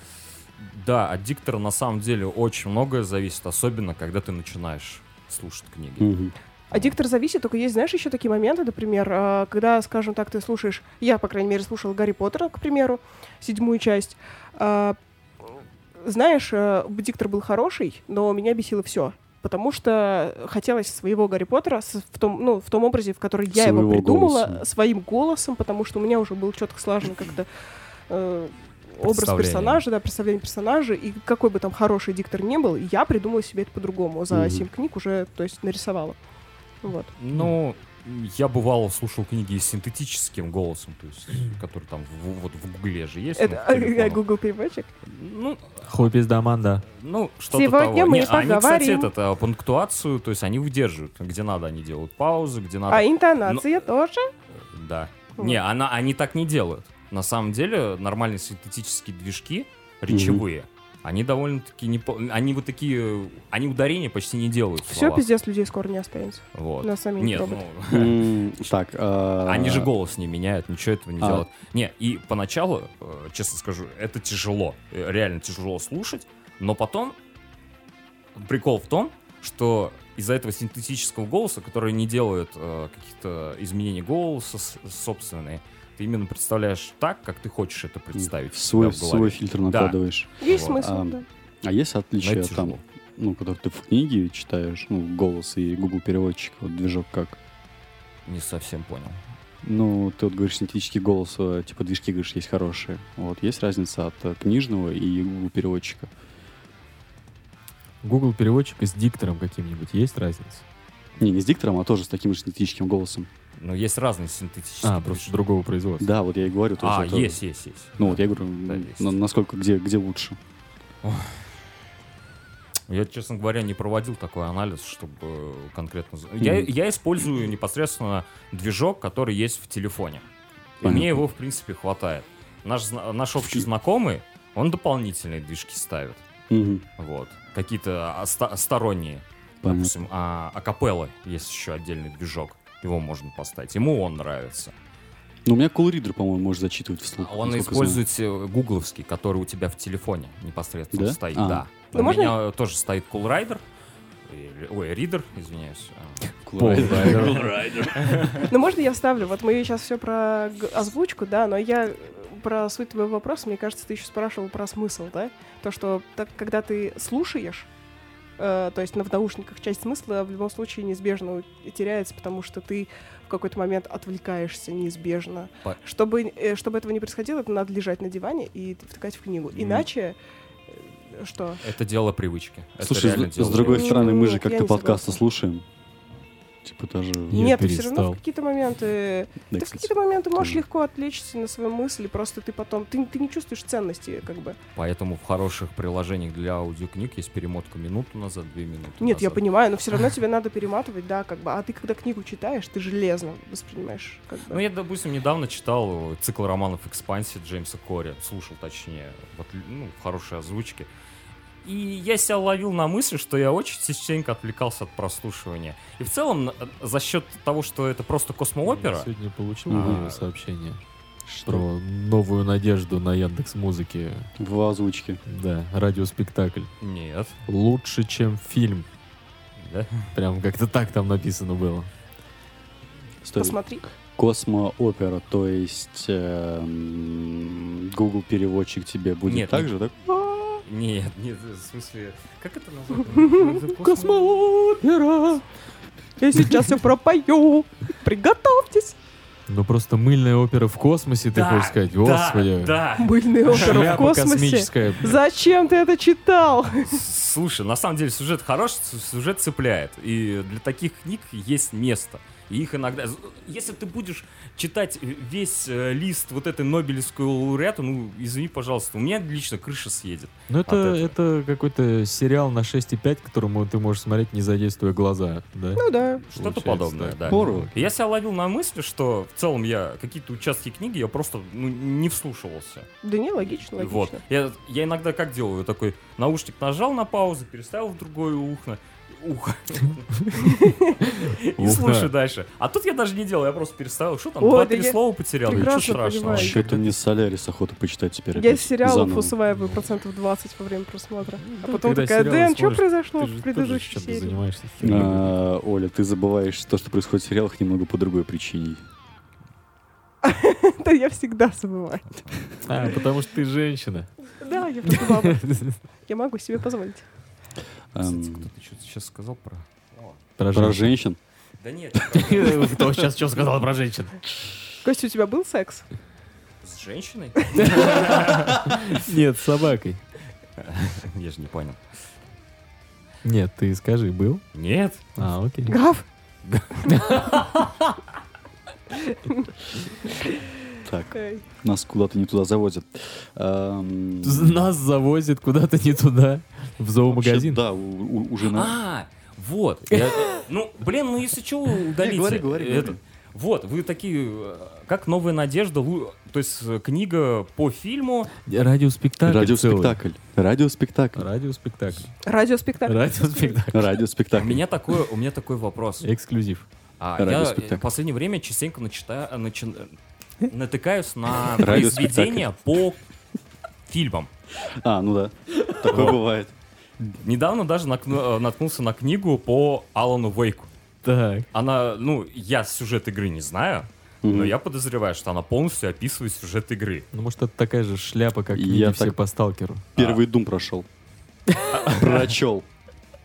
да, от диктора на самом деле очень многое зависит, особенно когда ты начинаешь слушать книги. Мгм. А диктор зависит, только есть, знаешь, еще такие моменты, например, а, когда, скажем так, ты слушаешь, я, по крайней мере, слушала Гарри Поттера, к примеру, седьмую часть. А, Знаешь, а, диктор был хороший, но меня бесило все. Потому что хотелось своего Гарри Поттера с- в том, ну, в том образе, в который я его Своего придумала, голоса. своим голосом, потому что у меня уже был четко слажен как-то э, образ Представление. персонажа, да, представление персонажа, и какой бы там хороший диктор ни был, я придумала себе это по-другому. За Мгм. семь книг уже, то есть, нарисовала. Вот. Ну, я бывало слушал книги с синтетическим голосом, то есть, который там в- вот в Гугле же есть. Это ну, в телефонах. Google переводчик? Ну, Хуй пизда манда. ну, что-то Сегодня того. мы Не, они, кстати, поговорим. этот, а, пунктуацию, то есть они выдерживают. Где надо, они делают паузы, где надо... А интонация тоже? Да. Вот. Не, она, они так не делают. На самом деле, нормальные синтетические движки, речевые, они довольно-таки не... по- Они вот такие... Они ударения почти не делают в Все, словах. пиздец, людей скоро не останется. Вот. Нас самих Нет, роботов. ну... М, Так, а, Они же голос не меняют, ничего этого не А. делают. Не, и поначалу, э, честно скажу, это тяжело. э, Реально тяжело слушать. Но потом прикол в том, что из-за этого синтетического голоса, который не делает э, каких-то изменений голоса с- собственные, ты именно представляешь так, как ты хочешь это представить. у свой, себя в голове. свой фильтр накладываешь. Есть Вот. смысл, А, да. А есть Но отличия это там, тяжело. ну, когда ты в книге читаешь, ну, голос и Google переводчик, вот движок как? Не совсем понял. Ну, ты вот говоришь, синтетический голос, э, типа движки, говоришь, есть хорошие. Вот, есть разница от э, книжного и Google переводчика? Google переводчик с диктором каким-нибудь есть разница? Не, не с диктором, а тоже с таким же синтетическим голосом. Но есть разные синтетические. А, просто другого производства. Да, вот я и говорю. то А, это- есть, есть, есть. Ну, вот я говорю, Да, есть. на- насколько, где, где лучше. Я, честно говоря, не проводил такой анализ, чтобы конкретно... за- Я, Мгм. я использую непосредственно движок, который есть в телефоне. И Понятно. мне его, в принципе, хватает. Наш, зна- наш общий знакомый, он дополнительные движки ставит. Мгм. Вот. Какие-то а, ста- сторонние. Понятно. Допустим, а, акапелла есть еще отдельный движок. Его можно поставить. Ему он нравится. Ну, у меня Cool Reader, по-моему, может зачитывать вслух. А он насколько использует э, гугловский, который у тебя в телефоне непосредственно Да? стоит. А. Да. Ну, у можно меня тоже стоит Cool Rider. Или- Ой, Reader, извиняюсь. А, знаю. Cool Reader. Ну, можно я вставлю? Вот мы сейчас все про г- озвучку, да, но я э, про суть твоего вопроса, мне кажется, ты еще спрашивал про смысл, да? То, что так, когда ты слушаешь, э, то есть на в наушниках, часть смысла в любом случае неизбежно у- теряется, потому что ты в какой-то момент отвлекаешься неизбежно. По- Чтобы, э, чтобы этого не происходило, это надо лежать на диване и втыкать в книгу. М. Иначе... э, Что? Это дело привычки. Это Слушай, реально с, дело с другой привычки. стороны, мы же Нет, я как-то не подкасты согласна. слушаем. Типа даже... Я Нет, ты все равно перестал. в какие-то моменты... Да, ты в кстати, какие-то моменты можешь тоже. легко отвлечься на свои мысли, просто ты потом... Ты, ты не чувствуешь ценности, как бы. Поэтому в хороших приложениях для аудиокниг есть перемотка минуту назад, две минуты Нет, я назад. понимаю, но все равно тебе надо перематывать, да, как бы. А ты, когда книгу читаешь, ты железно воспринимаешь, как бы. Ну, я, допустим, недавно читал цикл романов «Экспансия» Джеймса Кори. Слушал, точнее, вот, ну, в хорошей озвучке. И я себя ловил на мысли, что я очень частенько отвлекался от прослушивания. И в целом, на- за счет того, что это просто Я космоопера... сегодня получил А. а, сообщение Что? про новую надежду на Яндекс.Музыке. В озвучке. Да, радиоспектакль. Нет. Лучше, чем фильм. Да? Прям как-то так там написано было. Стой. Посмотри. Космоопера, то есть эм, Google переводчик тебе будет Нет, так нет. же, так? Нет, нет, в смысле... Как это назвать? Космоопера! Я сейчас все пропою! Приготовьтесь! Ну просто мыльная опера в космосе, ты Да, хочешь сказать? Господи. Да, да. Мыльная опера в Шляпа космосе! космическая. Зачем ты это читал? Слушай, на самом деле сюжет хорош, сюжет цепляет. И для таких книг есть место. И их иногда... Если ты будешь читать весь э, лист вот этой Нобелевской лауреата, ну, извини, пожалуйста, у меня лично крыша съедет. Ну от это, этого. это какой-то сериал на шесть и пять, которому ты можешь смотреть, не задействуя глаза, да? Ну да. Что-то Получается подобное, так. да. Здорово. И я себя ловил на мысли, что в целом я какие-то участки книги я просто ну, не вслушивался. Да не, логично, логично. Вот. Я, я иногда как делаю? Я такой наушник нажал на паузу, переставил в другое ухо. Ухо. И Ухо. слушаю дальше. А тут я даже не делал, я просто переставил. Что там, Ой, два-три да я слова потерял, ничего прекрасно страшного. понимаю. Что-то мне Солярис охота почитать теперь. Я опять сериалов заново. усваиваю процентов двадцать во время просмотра. А да, потом когда такая, сериалы Дэн, что смотришь, произошло Ты в же тоже предыдущей чем-то серии? занимаешься. херней. А, Оля, ты забываешь то, что происходит в сериалах, немного по другой причине. Да я всегда забываю. А, потому что ты женщина. Да, я просто баба. Я могу себе позволить. Эм, Кстати, кто-то что-то сейчас сказал про... Про Про женщин. женщин. Да нет, Кто сейчас что сказал про женщин? Костя, у тебя был секс? с женщиной? Нет, с собакой. Я же не понял. Нет, ты скажи, был? Нет. А, окей. Гав? Так, Эй. нас куда-то не туда завозят. Эм, Нас завозят куда-то не туда, в зоомагазин. вообще, Да, у- у- уже на... А, вот. Я, э, ну, блин, ну если что, удалите. говори, говори, Это- говори. Вот, вы такие, э, как «Новая надежда», лу- то есть э, книга по фильму. Радиоспектакль. Радиоспектакль. Радиоспектакль. целый. Радиоспектакль. Радиоспектакль. Радиоспектакль. У Радиоспектакль. меня такой, у меня такой вопрос. Эксклюзив. А, я Радиоспектакль. в последнее время частенько начита- начи- натыкаюсь на Радиоспектакль. произведения по фильмам. А, ну да. Такое Вот. бывает. Недавно даже накну- э, наткнулся на книгу по Алану Вейку. Так. Она, ну, я сюжет игры не знаю, но Мгм. я подозреваю, что она полностью описывает сюжет игры. Ну, может, это такая же шляпа, как Я книги все так- по сталкеру. Первый Дум прошел. Прочел.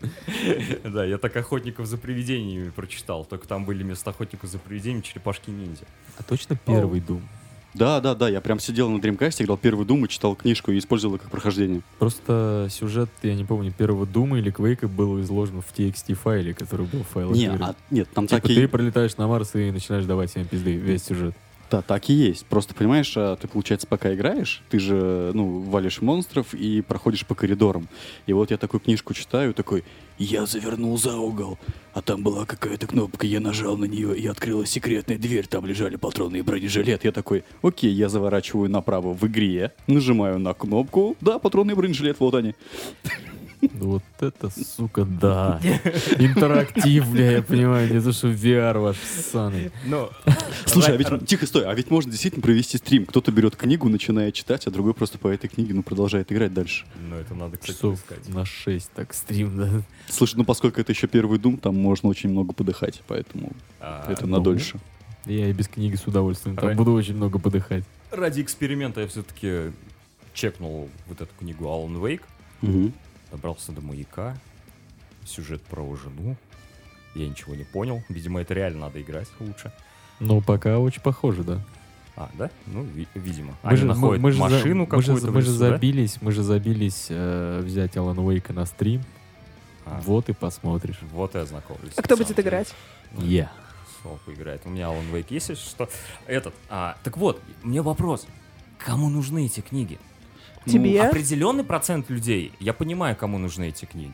Да, я так «Охотников за привидениями» прочитал. Только там были вместо «Охотников за привидениями» черепашки-ниндзя. А точно первый Doom? Да, да, да, я прям сидел на Dreamcast, играл первый Doom и читал книжку и использовал ее как прохождение. Просто сюжет, я не помню, первого Дума или Квейка был изложен в ти экс ти файле, который был в файлах Не, игры. а, нет, там Типа так и... ты пролетаешь на Марс и начинаешь давать всем пизды, весь сюжет. Да, так и есть. Просто, понимаешь, а, ты, получается, пока играешь, ты же, ну, валишь монстров и проходишь по коридорам. И вот я такую книжку читаю, такой, я завернул за угол, а там была какая-то кнопка, я нажал на нее, и открылась секретная дверь, там лежали патроны и бронежилет. Я такой, окей, я заворачиваю направо в игре, нажимаю на кнопку, да, патроны и бронежилет, вот они. Вот это, сука, да. Интерактив, бля, я понимаю, не то, что ви ар ваш ссаный. Ну, Слушай, а ра- ведь, ра- тихо, стой, а ведь можно действительно провести стрим. Кто-то берет книгу, начинает читать, а другой просто по этой книге, ну, продолжает играть дальше. Ну, это надо, кстати, Часов искать. на шесть так стрим, да. Слушай, ну, поскольку это еще первый Doom, там можно очень много подыхать, поэтому А, это ну. надольше. Я и без книги с удовольствием. Там Ра- буду очень много подыхать. Ради эксперимента я все-таки чекнул вот эту книгу Alan Wake, Мгм. добрался до маяка, сюжет про его жену. Я ничего не понял. Видимо, это реально надо играть лучше. Но пока очень похоже, да. А, да? Ну, ви- видимо. Мы Они же, находят мы же за- машину мы же, какую-то в мы же лесу, да? забились, мы же забились э, взять Алан Уэйка на стрим. А, Вот и посмотришь. Вот и ознакомлюсь. А кто на будет самом деле. играть? Я. Сол поиграет. У меня Alan Wake есть, если что. Этот. А, так вот, у меня вопрос. Кому нужны эти книги? Тебе? Определенный процент людей, я понимаю, кому нужны эти книги.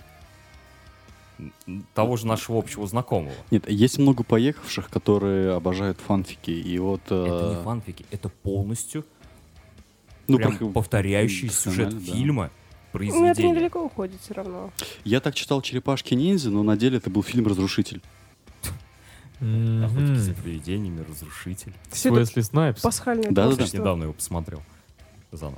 Н- Того же нашего общего знакомого. Нет, есть много поехавших, которые обожают фанфики, и вот... Это э, не фанфики, это полностью ну, прям прох- повторяющий сюжет профессионально, да. фильма, Ну, это произведения. недалеко уходит все равно. Я так читал «Черепашки-ниндзя», но на деле это был фильм «Разрушитель». Охотники за Мгм. привидениями, Разрушитель. Всё это Уэсли Снайпс. пасхальное Да-да-да. Кстати, творчество. недавно его посмотрел. Заново.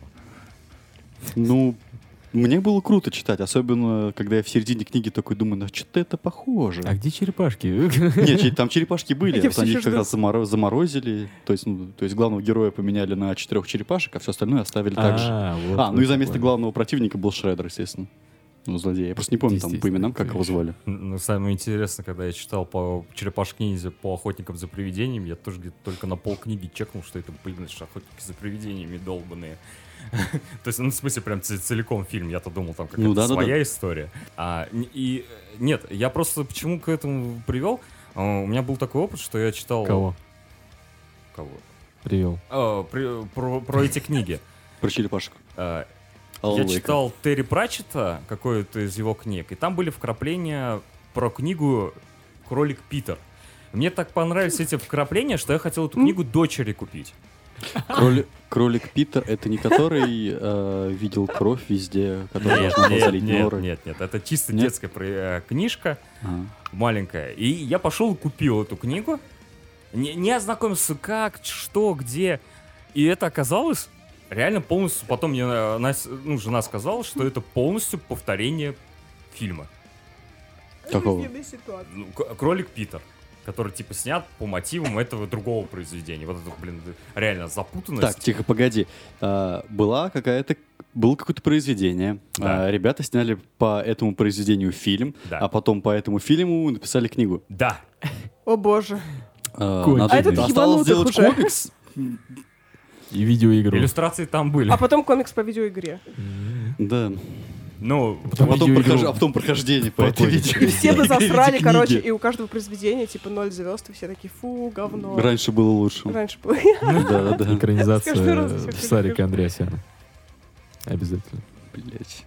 Ну, мне было круто читать, особенно когда я в середине книги такой думаю, ну что-то это похоже. А где черепашки? Нет, че- там черепашки были, Я вот всё они ещё их как жду. раз заморо- заморозили, то есть, ну, то есть главного героя поменяли на четырех черепашек, а все остальное оставили так же. А, вот, А, ну и вот, за место понял. главного противника был Шреддер, естественно. Ну, злодей. Я просто не помню там по Естественно, именам, как его конечно. звали. Ну, самое интересное, когда я читал по Черепашке-ниндзя по Охотникам за привидениями, я тоже где-то только на полкниги чекнул, что это, блин, что Охотники за привидениями долбаные. То есть, ну, в смысле, прям ц- целиком фильм. Я-то думал, там какая-то Ну, да-да-да. своя история. А, н- и э, нет, я просто почему к этому привел? А, У меня был такой опыт, что я читал... Кого Кого? привел? А, при- про, про эти книги. Про черепашек. А, Алан Я Уэйка. читал Терри Пратчетта, какой-то из его книг, и там были вкрапления про книгу «Кролик Питер». Мне так понравились эти вкрапления, что я хотел эту книгу дочери купить. Кроли- Кролик Питер — это не который э, видел кровь везде, который Нет, должен был нет, залить нет, норы? нет, нет, это чисто Нет? детская про- э, книжка, Ага. маленькая. И я пошел и купил эту книгу, не, не ознакомился как, что, где. И это оказалось реально полностью... Потом мне э, Настя- ну, жена сказала, что это полностью повторение фильма. Какого? Жизненная ситуация. Ну, к- Кролик Питер, который типа снят по мотивам этого другого произведения. Вот это, блин, реально запутанность. Так, тихо, погоди. А, была какая-то, было какое-то произведение. Да. А, ребята сняли по этому произведению фильм, Да. а потом по этому фильму написали книгу. Да. О боже. А, Конченый. надо- А этот осталось ебанутых сделать уже. комикс. И видеоигру. Иллюстрации там были. А потом комикс по видеоигре. М. Да. Ну, А потом, видеоигру. прохож- а потом прохождение по этой Проходит. видео. И все бы Эти засрали, книги. короче, и у каждого произведения типа ноль звезд, и все такие, фу, говно. Раньше было лучше. Раньше было. Да, да, да. Экранизация Каждый раз э, всё Сарика перехожу. Андреасяна. Обязательно. Блять.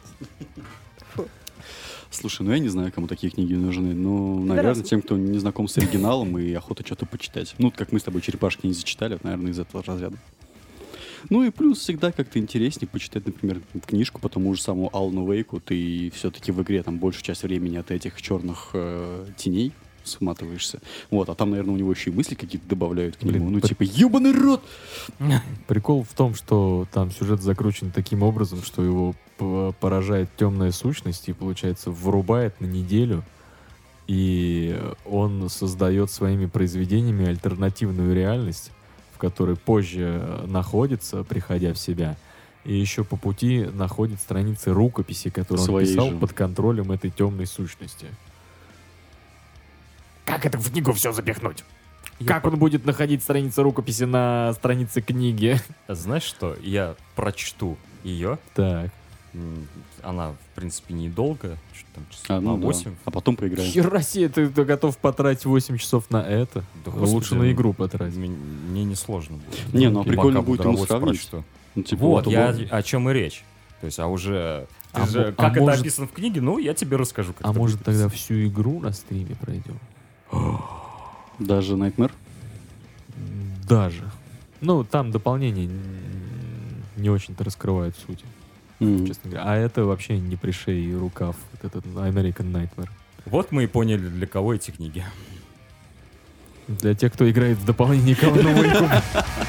Фу. Слушай, ну я не знаю, кому такие книги нужны. Ну, Да наверное, раз. тем, кто не знаком с оригиналом и охота что-то почитать. Ну, вот как мы с тобой «Черепашки» не зачитали, вот, наверное, из этого разряда. Ну и плюс всегда как-то интереснее почитать, например, книжку по тому же самому Алану Вейку. Ты все-таки в игре там большую часть времени от этих черных э, теней сматываешься. Вот, а там, наверное, у него еще и мысли какие-то добавляют к нему. Блин, ну, по- типа, ебаный рот! Прикол в том, что там сюжет закручен таким образом, что его п- поражает темная сущность и, получается, вырубает на неделю. И он создает своими произведениями альтернативную реальность, в которой позже находится, приходя в себя. И еще по пути находит страницы рукописи, которые он Своей писал же. под контролем этой темной сущности. Как это в книгу все запихнуть? Как он будет находить страницы рукописи на странице книги? Знаешь что? Я прочту ее. Так. М, Она, в принципе, недолго. Что там, часов А, ну на да. восемь. А потом поиграем. Хера себе, ты, ты готов потратить восемь часов на это? Да, Лучше господи, на игру потратить. Мне, мне не сложно будет. Не, ну а Пока прикольно буду будет ему работать, сравнить. прочту. Ну, типа, Вот, вот, я вот. о чем и речь. То есть, а уже... ты А же- мо- а как это может- описано в книге, ну, я тебе расскажу. Как А это может будет тогда описано. всю игру на стриме пройдем? Даже Nightmare? Даже. Ну, там дополнение н- не очень-то раскрывает суть, М. честно говоря. А это вообще не пришей и рукав, вот этот American Nightmare. Вот мы и поняли, для кого эти книги. Для тех, кто играет в дополнение к Alan Wake.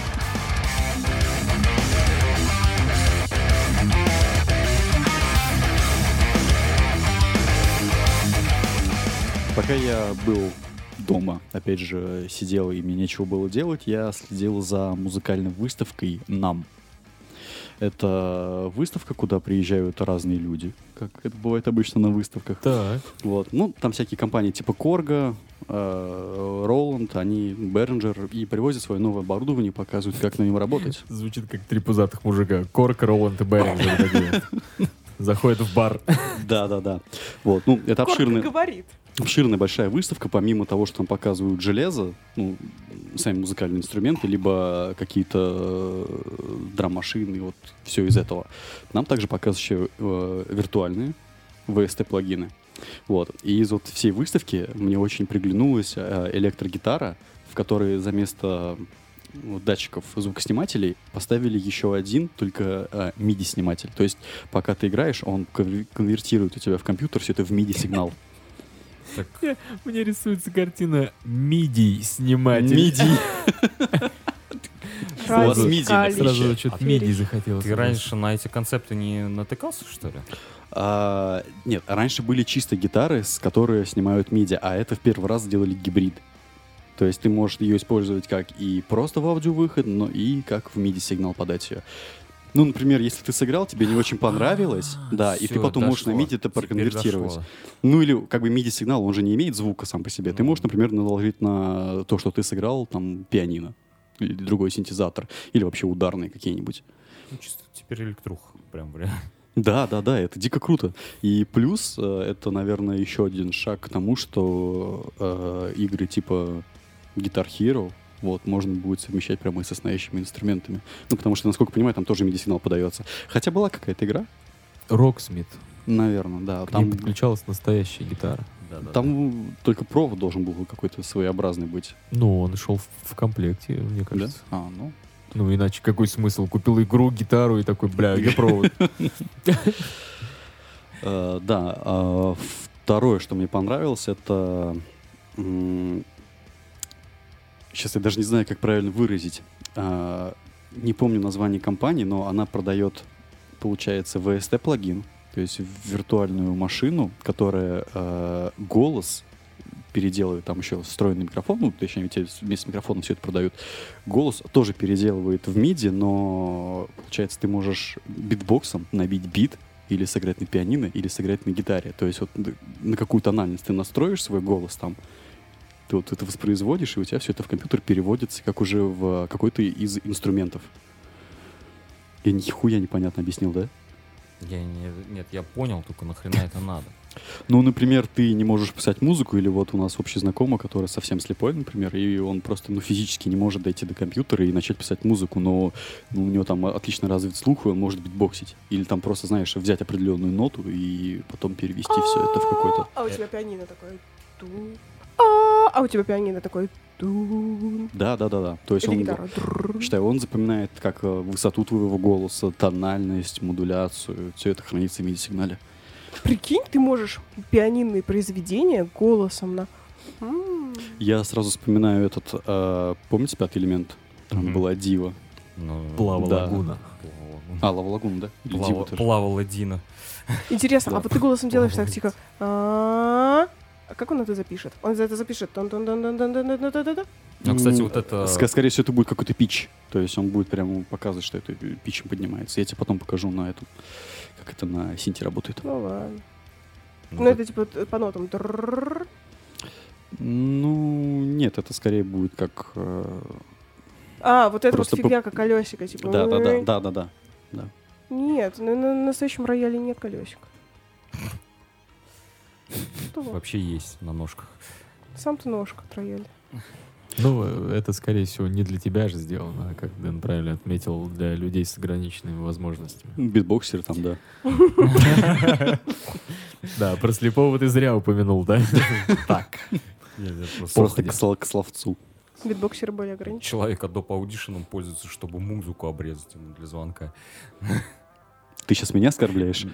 Пока я был дома, опять же, сидел и мне нечего было делать, я следил за музыкальной выставкой «Нам». Это выставка, куда приезжают разные люди, как это бывает обычно на выставках. Так. Вот. Ну, там всякие компании типа Корга, Роланд, они Behringer, и привозят свое новое оборудование, показывают, как на нем работать. Звучит как три пузатых мужика. Корк, Роланд и Беринджер такие. Заходят в бар. Да-да-да. Вот. Ну, это Корка обширный... говорит. Обширная большая выставка, помимо того, что там показывают железо, ну, сами музыкальные инструменты, либо какие-то э, драм-машины, вот все из этого. Нам также показывают еще э, виртуальные ви эс ти-плагины. Вот. И из вот всей выставки мне очень приглянулась э, электрогитара, в которой за место вот, датчиков звукоснимателей поставили еще один, только э, миди-сниматель. То есть пока ты играешь, он конвер- конвертирует у тебя в компьютер все это в миди-сигнал. Так, Мне рисуется картина миди-сниматель. Миди. Разница с миди количества. Сразу что-то А миди захотелось. ты раньше на эти концепты не натыкался, что ли? А, нет, раньше были чисто гитары, с которые снимают миди, а это в первый раз сделали гибрид. То есть ты можешь ее использовать как и просто в аудиовыход, но и как в миди-сигнал подать ее. Ну, например, если ты сыграл, тебе не очень понравилось, да, и ты Всё, потом можешь на дошло. миди это Теперь проконвертировать. дошло. Ну, или как бы миди-сигнал, он же не имеет звука сам по себе. Ты можешь, например, наложить на то, что ты сыграл, там, пианино или другой синтезатор, или вообще ударные какие-нибудь. Ну, чисто теперь электруха. Прям, бля. Да, да, да, это дико круто. И плюс э, это, наверное, еще один шаг к тому, что э, игры типа Guitar Hero вот, можно будет совмещать прямо и со настоящими инструментами. Ну, потому что, насколько я понимаю, там тоже миди-сигнал подается. Хотя была какая-то игра, Роксмит. наверное, да. К ней Там, подключалась настоящая гитара. Да-да-да. там только провод должен был какой-то своеобразный быть. Ну, он шел в, в комплекте, мне Да? кажется. А, ну. Ну, иначе какой смысл? Купил игру, гитару и такой, бля, где провод? Э, да, а второе, что мне понравилось, это... Сейчас я даже не знаю, как правильно выразить. А, не помню название компании, но она продает, получается, ви эс ти-плагин, то есть виртуальную машину, которая э, голос переделывает, там еще встроенный микрофон, ну, точнее, тебе вместе с микрофоном все это продают. Голос тоже переделывает в миди, но, получается, ты можешь битбоксом набить бит, или сыграть на пианино, или сыграть на гитаре. То есть вот на какую тональность ты настроишь свой голос там, ты вот это воспроизводишь, и у тебя все это в компьютер переводится как уже в какой-то из инструментов. Я нихуя непонятно объяснил, да? Я не, нет, я понял, только нахрена это надо. Ну, например, ты не можешь писать музыку, или вот у нас общий знакомый, который совсем слепой, например, и он просто ну, физически не может дойти до компьютера и начать писать музыку, но ну, у него там отлично развит слух, и он может битбоксить. Или там просто, знаешь, взять определенную ноту и потом перевести все это в какой-то... А у тебя пианино такое. ту. А а у тебя пианино такое. ту. Да, да, да, да. То есть Или он, гитара. считаю, он запоминает как э, высоту твоего голоса, тональность, модуляцию. Все это хранится в миди-сигнале. Прикинь, ты можешь пианинные произведения голосом на... М. Я сразу вспоминаю этот, э, помните «Пятый элемент»? Там Мгм. была Дива. Ну, Плава Да. лагуна. плава. А, Лава Лагуна, да? Или Дива Плава- тоже. Плавала Дина. Интересно, Да. а вот ты голосом делаешь так, типа... «А-а-а». А как он это запишет? Он за это запишет. тон-тон-тон-тон-тон-тон-тон-тон-тон-тон. Ну, кстати, М, вот это... ск- Скорее всего, это будет какой-то пич. То есть он будет прямо показывать, что это пичем поднимается. Я тебе потом покажу на этом, как это на синте работает. Ну ладно. ну, Ну это типа т- по нотам. Трррррр. Ну, нет, это скорее будет как... э, А, вот это вот Просто по- фигня, как колесико. Типа. Да, да, да, да, да, да. да. Нет, на, на настоящем рояле нет колесик. Что? вообще есть на ножках. Сам ты ножка от рояля. Ну, э, это, скорее всего, не для тебя же сделано, а, как Дэн правильно отметил, для людей с ограниченными возможностями. Битбоксер там, да. Да, про слепого ты зря упомянул, да? Так. Нет, это просто Просто Походя. к, сло- к словцу. Битбоксеры более ограничены. человек Adobe Audition пользуется, чтобы музыку обрезать ему для звонка. Ты сейчас меня оскорбляешь?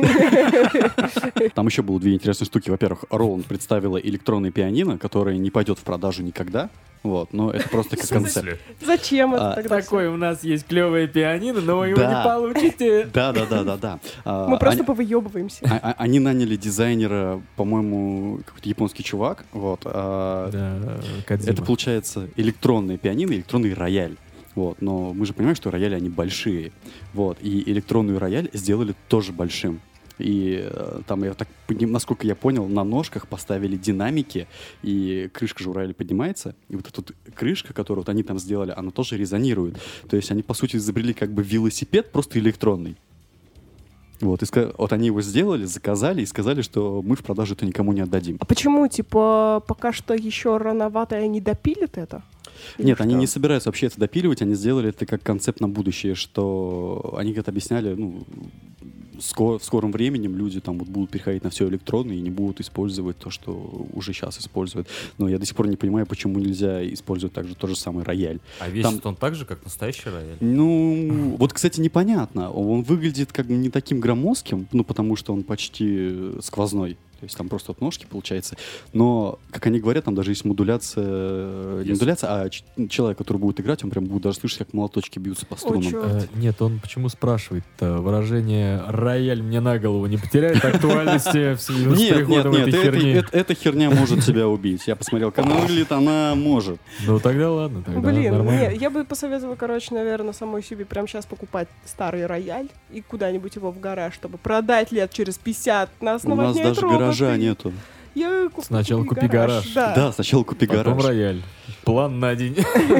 Там еще было две интересные штуки. Во-первых, Roland представила электронное пианино, которое не пойдет в продажу никогда. Вот, но это просто как концепт. Зачем это А, тогда? Такое у нас есть клевое пианино, но вы его Да. не получите. Да, да, да, да, да. А, Мы просто они- повыебываемся. а- а- Они наняли дизайнера, по-моему, какой-то японский чувак. Вот. а, Да, Кодзима. Это получается электронное пианино, электронный рояль. Вот, но мы же понимаем, что рояли, они большие. Вот, и электронную рояль сделали тоже большим. И э, там, я так, пони- насколько я понял, на ножках поставили динамики, и крышка же у рояля поднимается. И вот эта вот крышка, которую вот они там сделали, она тоже резонирует. То есть они, по сути, изобрели как бы велосипед, просто электронный. Вот, и ска- вот они его сделали, заказали и сказали, что мы в продажу это никому не отдадим. А почему, типа, пока что еще рановато, и они допилят это? Или Нет, они что? не собираются вообще это допиливать, они сделали это как концепт на будущее, что они как-то объясняли, ну, ско- в скором времени люди там вот будут переходить на все электронное и не будут использовать то, что уже сейчас используют. Но я до сих пор не понимаю, почему нельзя использовать также то же самое рояль. А весит он так же, как настоящий рояль? Ну, вот, кстати, непонятно. Он выглядит как бы не таким громоздким, ну, потому что он почти сквозной. То есть там просто от ножки получается. Но, как они говорят, там даже есть модуляция, э, не Yes. модуляция, а ч- человек, который будет играть, он прям будет даже слышать, как молоточки бьются по струнам. чё? Э, Нет, он почему спрашивает-то? Выражение «рояль мне на голову» не потеряет актуальности в связи с Нет, нет, приходом нет, этой это- херни? это- эта херня может тебя убить. Я посмотрел, как она выглядит, она может. Ну тогда ладно, тогда Блин, нормально. нет, я бы посоветовала, короче, наверное, самой себе прямо сейчас покупать старый рояль и куда-нибудь его в гараж, чтобы продать лет через пятьдесят на У основании нас даже гаража нету. Я куп- Сначала купи гараж. гараж. Да, Да, сначала купи Потом гараж. рояль. План на день.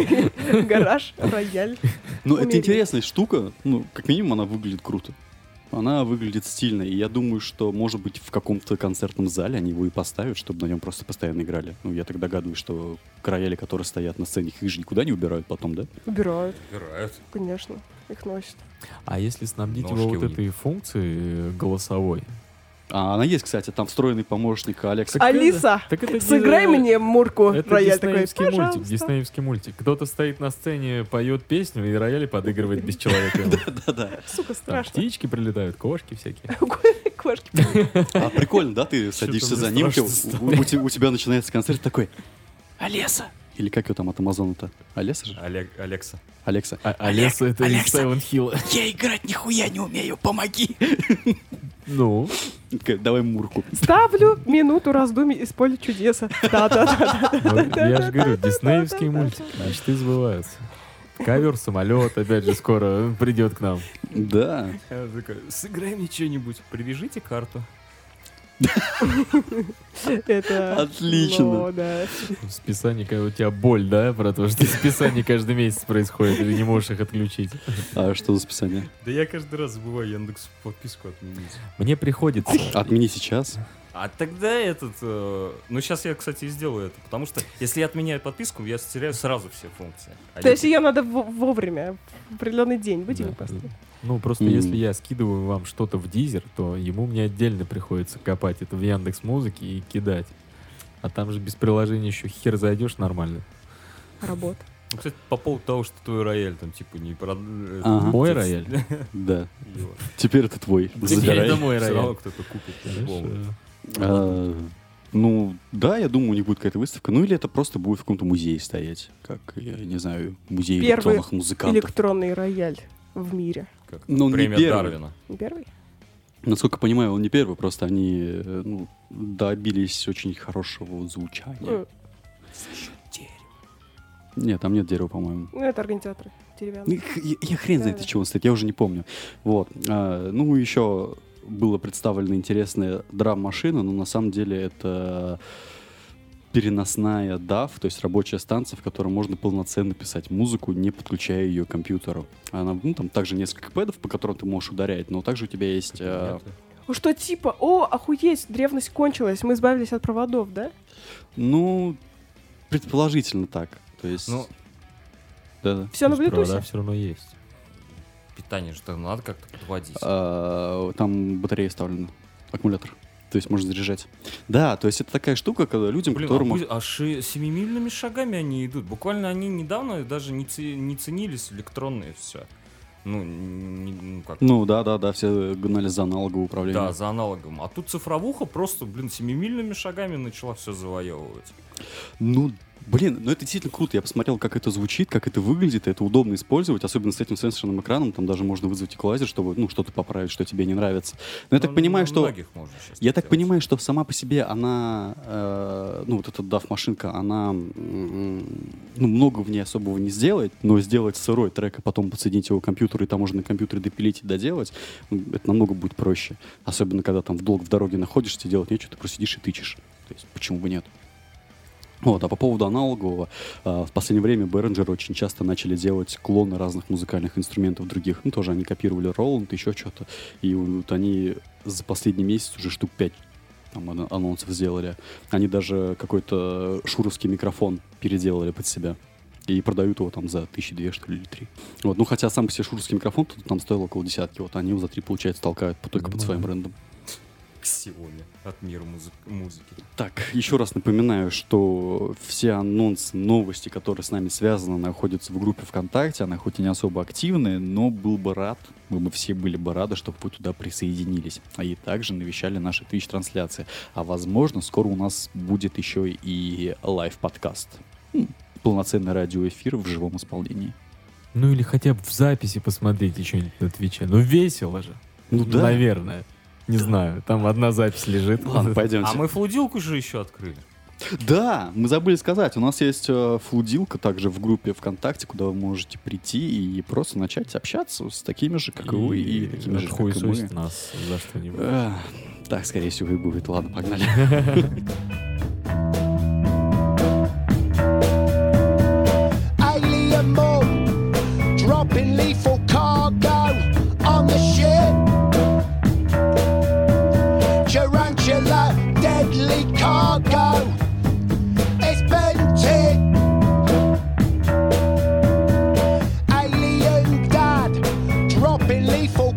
гараж, рояль. Ну, это Умеренно. интересная штука. Ну, как минимум, она выглядит круто. Она выглядит стильно. И я думаю, что, может быть, в каком-то концертном зале они его и поставят, чтобы на нем просто постоянно играли. Ну, я так догадываюсь, что рояли, которые стоят на сцене, их же никуда не убирают потом, да? Убирают, Убирают. конечно, их носят. А если снабдить Ножки его у вот них. этой функцией э, голосовой? А она есть, кстати, там встроенный помощник Алекса. Так это- Алиса, так это сыграй не- мне Мурку. Это Рояль такой, диснеевский мультик, пожалуйста. диснеевский мультик. Кто-то стоит на сцене, поет песню, и рояль подыгрывает без человека. Да-да. Сука, Там страшно. птички прилетают, кошки всякие. Кошки. А прикольно, да? Ты садишься мне за ним, страшно у, у те- у тебя начинается концерт такой Алеса! Или как его там от Амазона-то? Алеса же? Олег, Алекса. Алекса. А Алиса это из Silent Hill. Я играть нихуя не умею, помоги! Ну, Такая, давай Мурку. Ставлю минуту раздумий из поля чудеса. Да-да-да. вот я же говорю, диснеевские мультики, мечты сбываются. Ковер, самолет, опять же, скоро придет к нам. Да. Я такой, сыграй мне что-нибудь, привяжите карту. Это... Отлично. ну, да. В списании, когда у тебя боль, да, про то, что списание каждый месяц происходит, и ты не можешь их отключить. А что за списание? Да я каждый раз забываю Яндекс подписку отменить. Мне приходится. Отмени сейчас. А тогда этот... э, ну, сейчас я, кстати, и сделаю это, потому что если я отменяю подписку, я теряю сразу все функции. А То есть ее надо во- вовремя, в определенный день, будильник Да. поставить. Ну, просто М. если я скидываю вам что-то в Дизер, то ему мне отдельно приходится копать это в Яндекс Музыке и кидать. А там же без приложения еще хер зайдешь нормально. Работа. Ну, кстати, по поводу того, что твой рояль там, типа, не прод... э, Ага. Мой т- рояль? Да. его. Теперь это твой. Теперь Забирай. это мой Всё рояль. равно кто-то купит по-любому. Хорошо. А, Ну, да, я думаю, у них будет какая-то выставка. Ну, или это просто будет в каком-то музее стоять. Как, я не знаю, музей Первый электронных музыкантов. Электронный рояль в мире. Как Ну, он не премия первый. Дарвина. Не первый? Насколько понимаю, он не первый, просто они э, ну, добились очень хорошего звучания. Э, Нет, там нет дерева, по-моему. Ну, это организаторы деревянные. Х- Я, я хрен знает, Да-да. из чего он стоит, я уже не помню. Вот. А, ну, еще было представлена интересная драм-машина, но на самом деле это переносная дав, то есть рабочая станция, в которой можно полноценно писать музыку, не подключая ее к компьютеру. Она, ну, там также несколько пэдов, по которым ты можешь ударять, но также у тебя есть... а, Ну, что типа, о, охуеть, древность кончилась, мы избавились от проводов, да? ну, предположительно так. То есть... Ну, да-да. Все на Провода Bluetooth. все равно есть. питание же надо как-то подводить. А, там батарея вставлена, аккумулятор. То есть можно заряжать. Да, то есть это такая штука, когда людям, Блин, которым... а, пусть- а ши- семимильными шагами они идут. Буквально они недавно даже не, ц- не ценились электронные все. Ну, не- ну как. Ну, да-да-да, все гнались за аналоговое управление. Да, за аналогом. А тут цифровуха просто, блин, семимильными шагами начала все завоевывать. Ну, блин, ну это действительно круто. Я посмотрел, как это звучит, как это выглядит, и это удобно использовать, особенно с этим сенсорным экраном. Там даже можно вызвать эквалайзер, чтобы, ну, что-то поправить, что тебе не нравится. Но я так Ну, понимаю, на что... многих можно сейчас Я так так делать. понимаю, что сама по себе она, э, ну, вот эта дав-машинка, она, м, ну, много в ней особого не сделает, но сделать сырой трек, а потом подсоединить его к компьютеру, и там можно на компьютере допилить и доделать, ну, это намного будет проще. Особенно, когда там в долг в дороге находишься, тебе делать нечего, ты просто сидишь и тычешь. То есть, почему бы нет? Вот, а по поводу аналогового, э, в последнее время Behringer очень часто начали делать клоны разных музыкальных инструментов других. Ну, тоже они копировали Роланд, еще что-то. И вот они за последний месяц уже штук пять там, ан- анонсов сделали. Они даже какой-то шуровский микрофон переделали под себя. И продают его там за тысячи две, что ли, или три. Вот, ну, хотя сам по себе шуровский микрофон тут там стоил около десятки. Вот они его за три, получается, толкают по- только под своим брендом. Сегодня от мира музы- музыки. Так, еще раз напоминаю, что все анонсы, новости, которые с нами связаны, находятся в группе ВКонтакте. Она хоть и не особо активная, но был бы рад, мы бы все были бы рады, чтобы вы туда присоединились. А и также навещали наши Twitch-трансляции. А возможно, скоро у нас будет еще и лайв-подкаст. М, Полноценный радиоэфир в живом исполнении. Ну или хотя бы в записи посмотрите что-нибудь на Твиче. Ну весело же. Ну да. Наверное. Не знаю, там одна запись лежит. Ладно, пойдемте. А мы флудилку же еще открыли. Да, мы забыли сказать, у нас есть э, флудилка также в группе ВКонтакте, куда вы можете прийти и просто начать общаться с такими же, как и вы, и такими же, как и мы. отхуесосить нас за что-нибудь. Эх, Так, скорее всего, и будет. Ладно, погнали. Alien moon, dropping lethal cargo on the ship. Tarantula, deadly cargo. It's Bentic. Alien dad, dropping lethal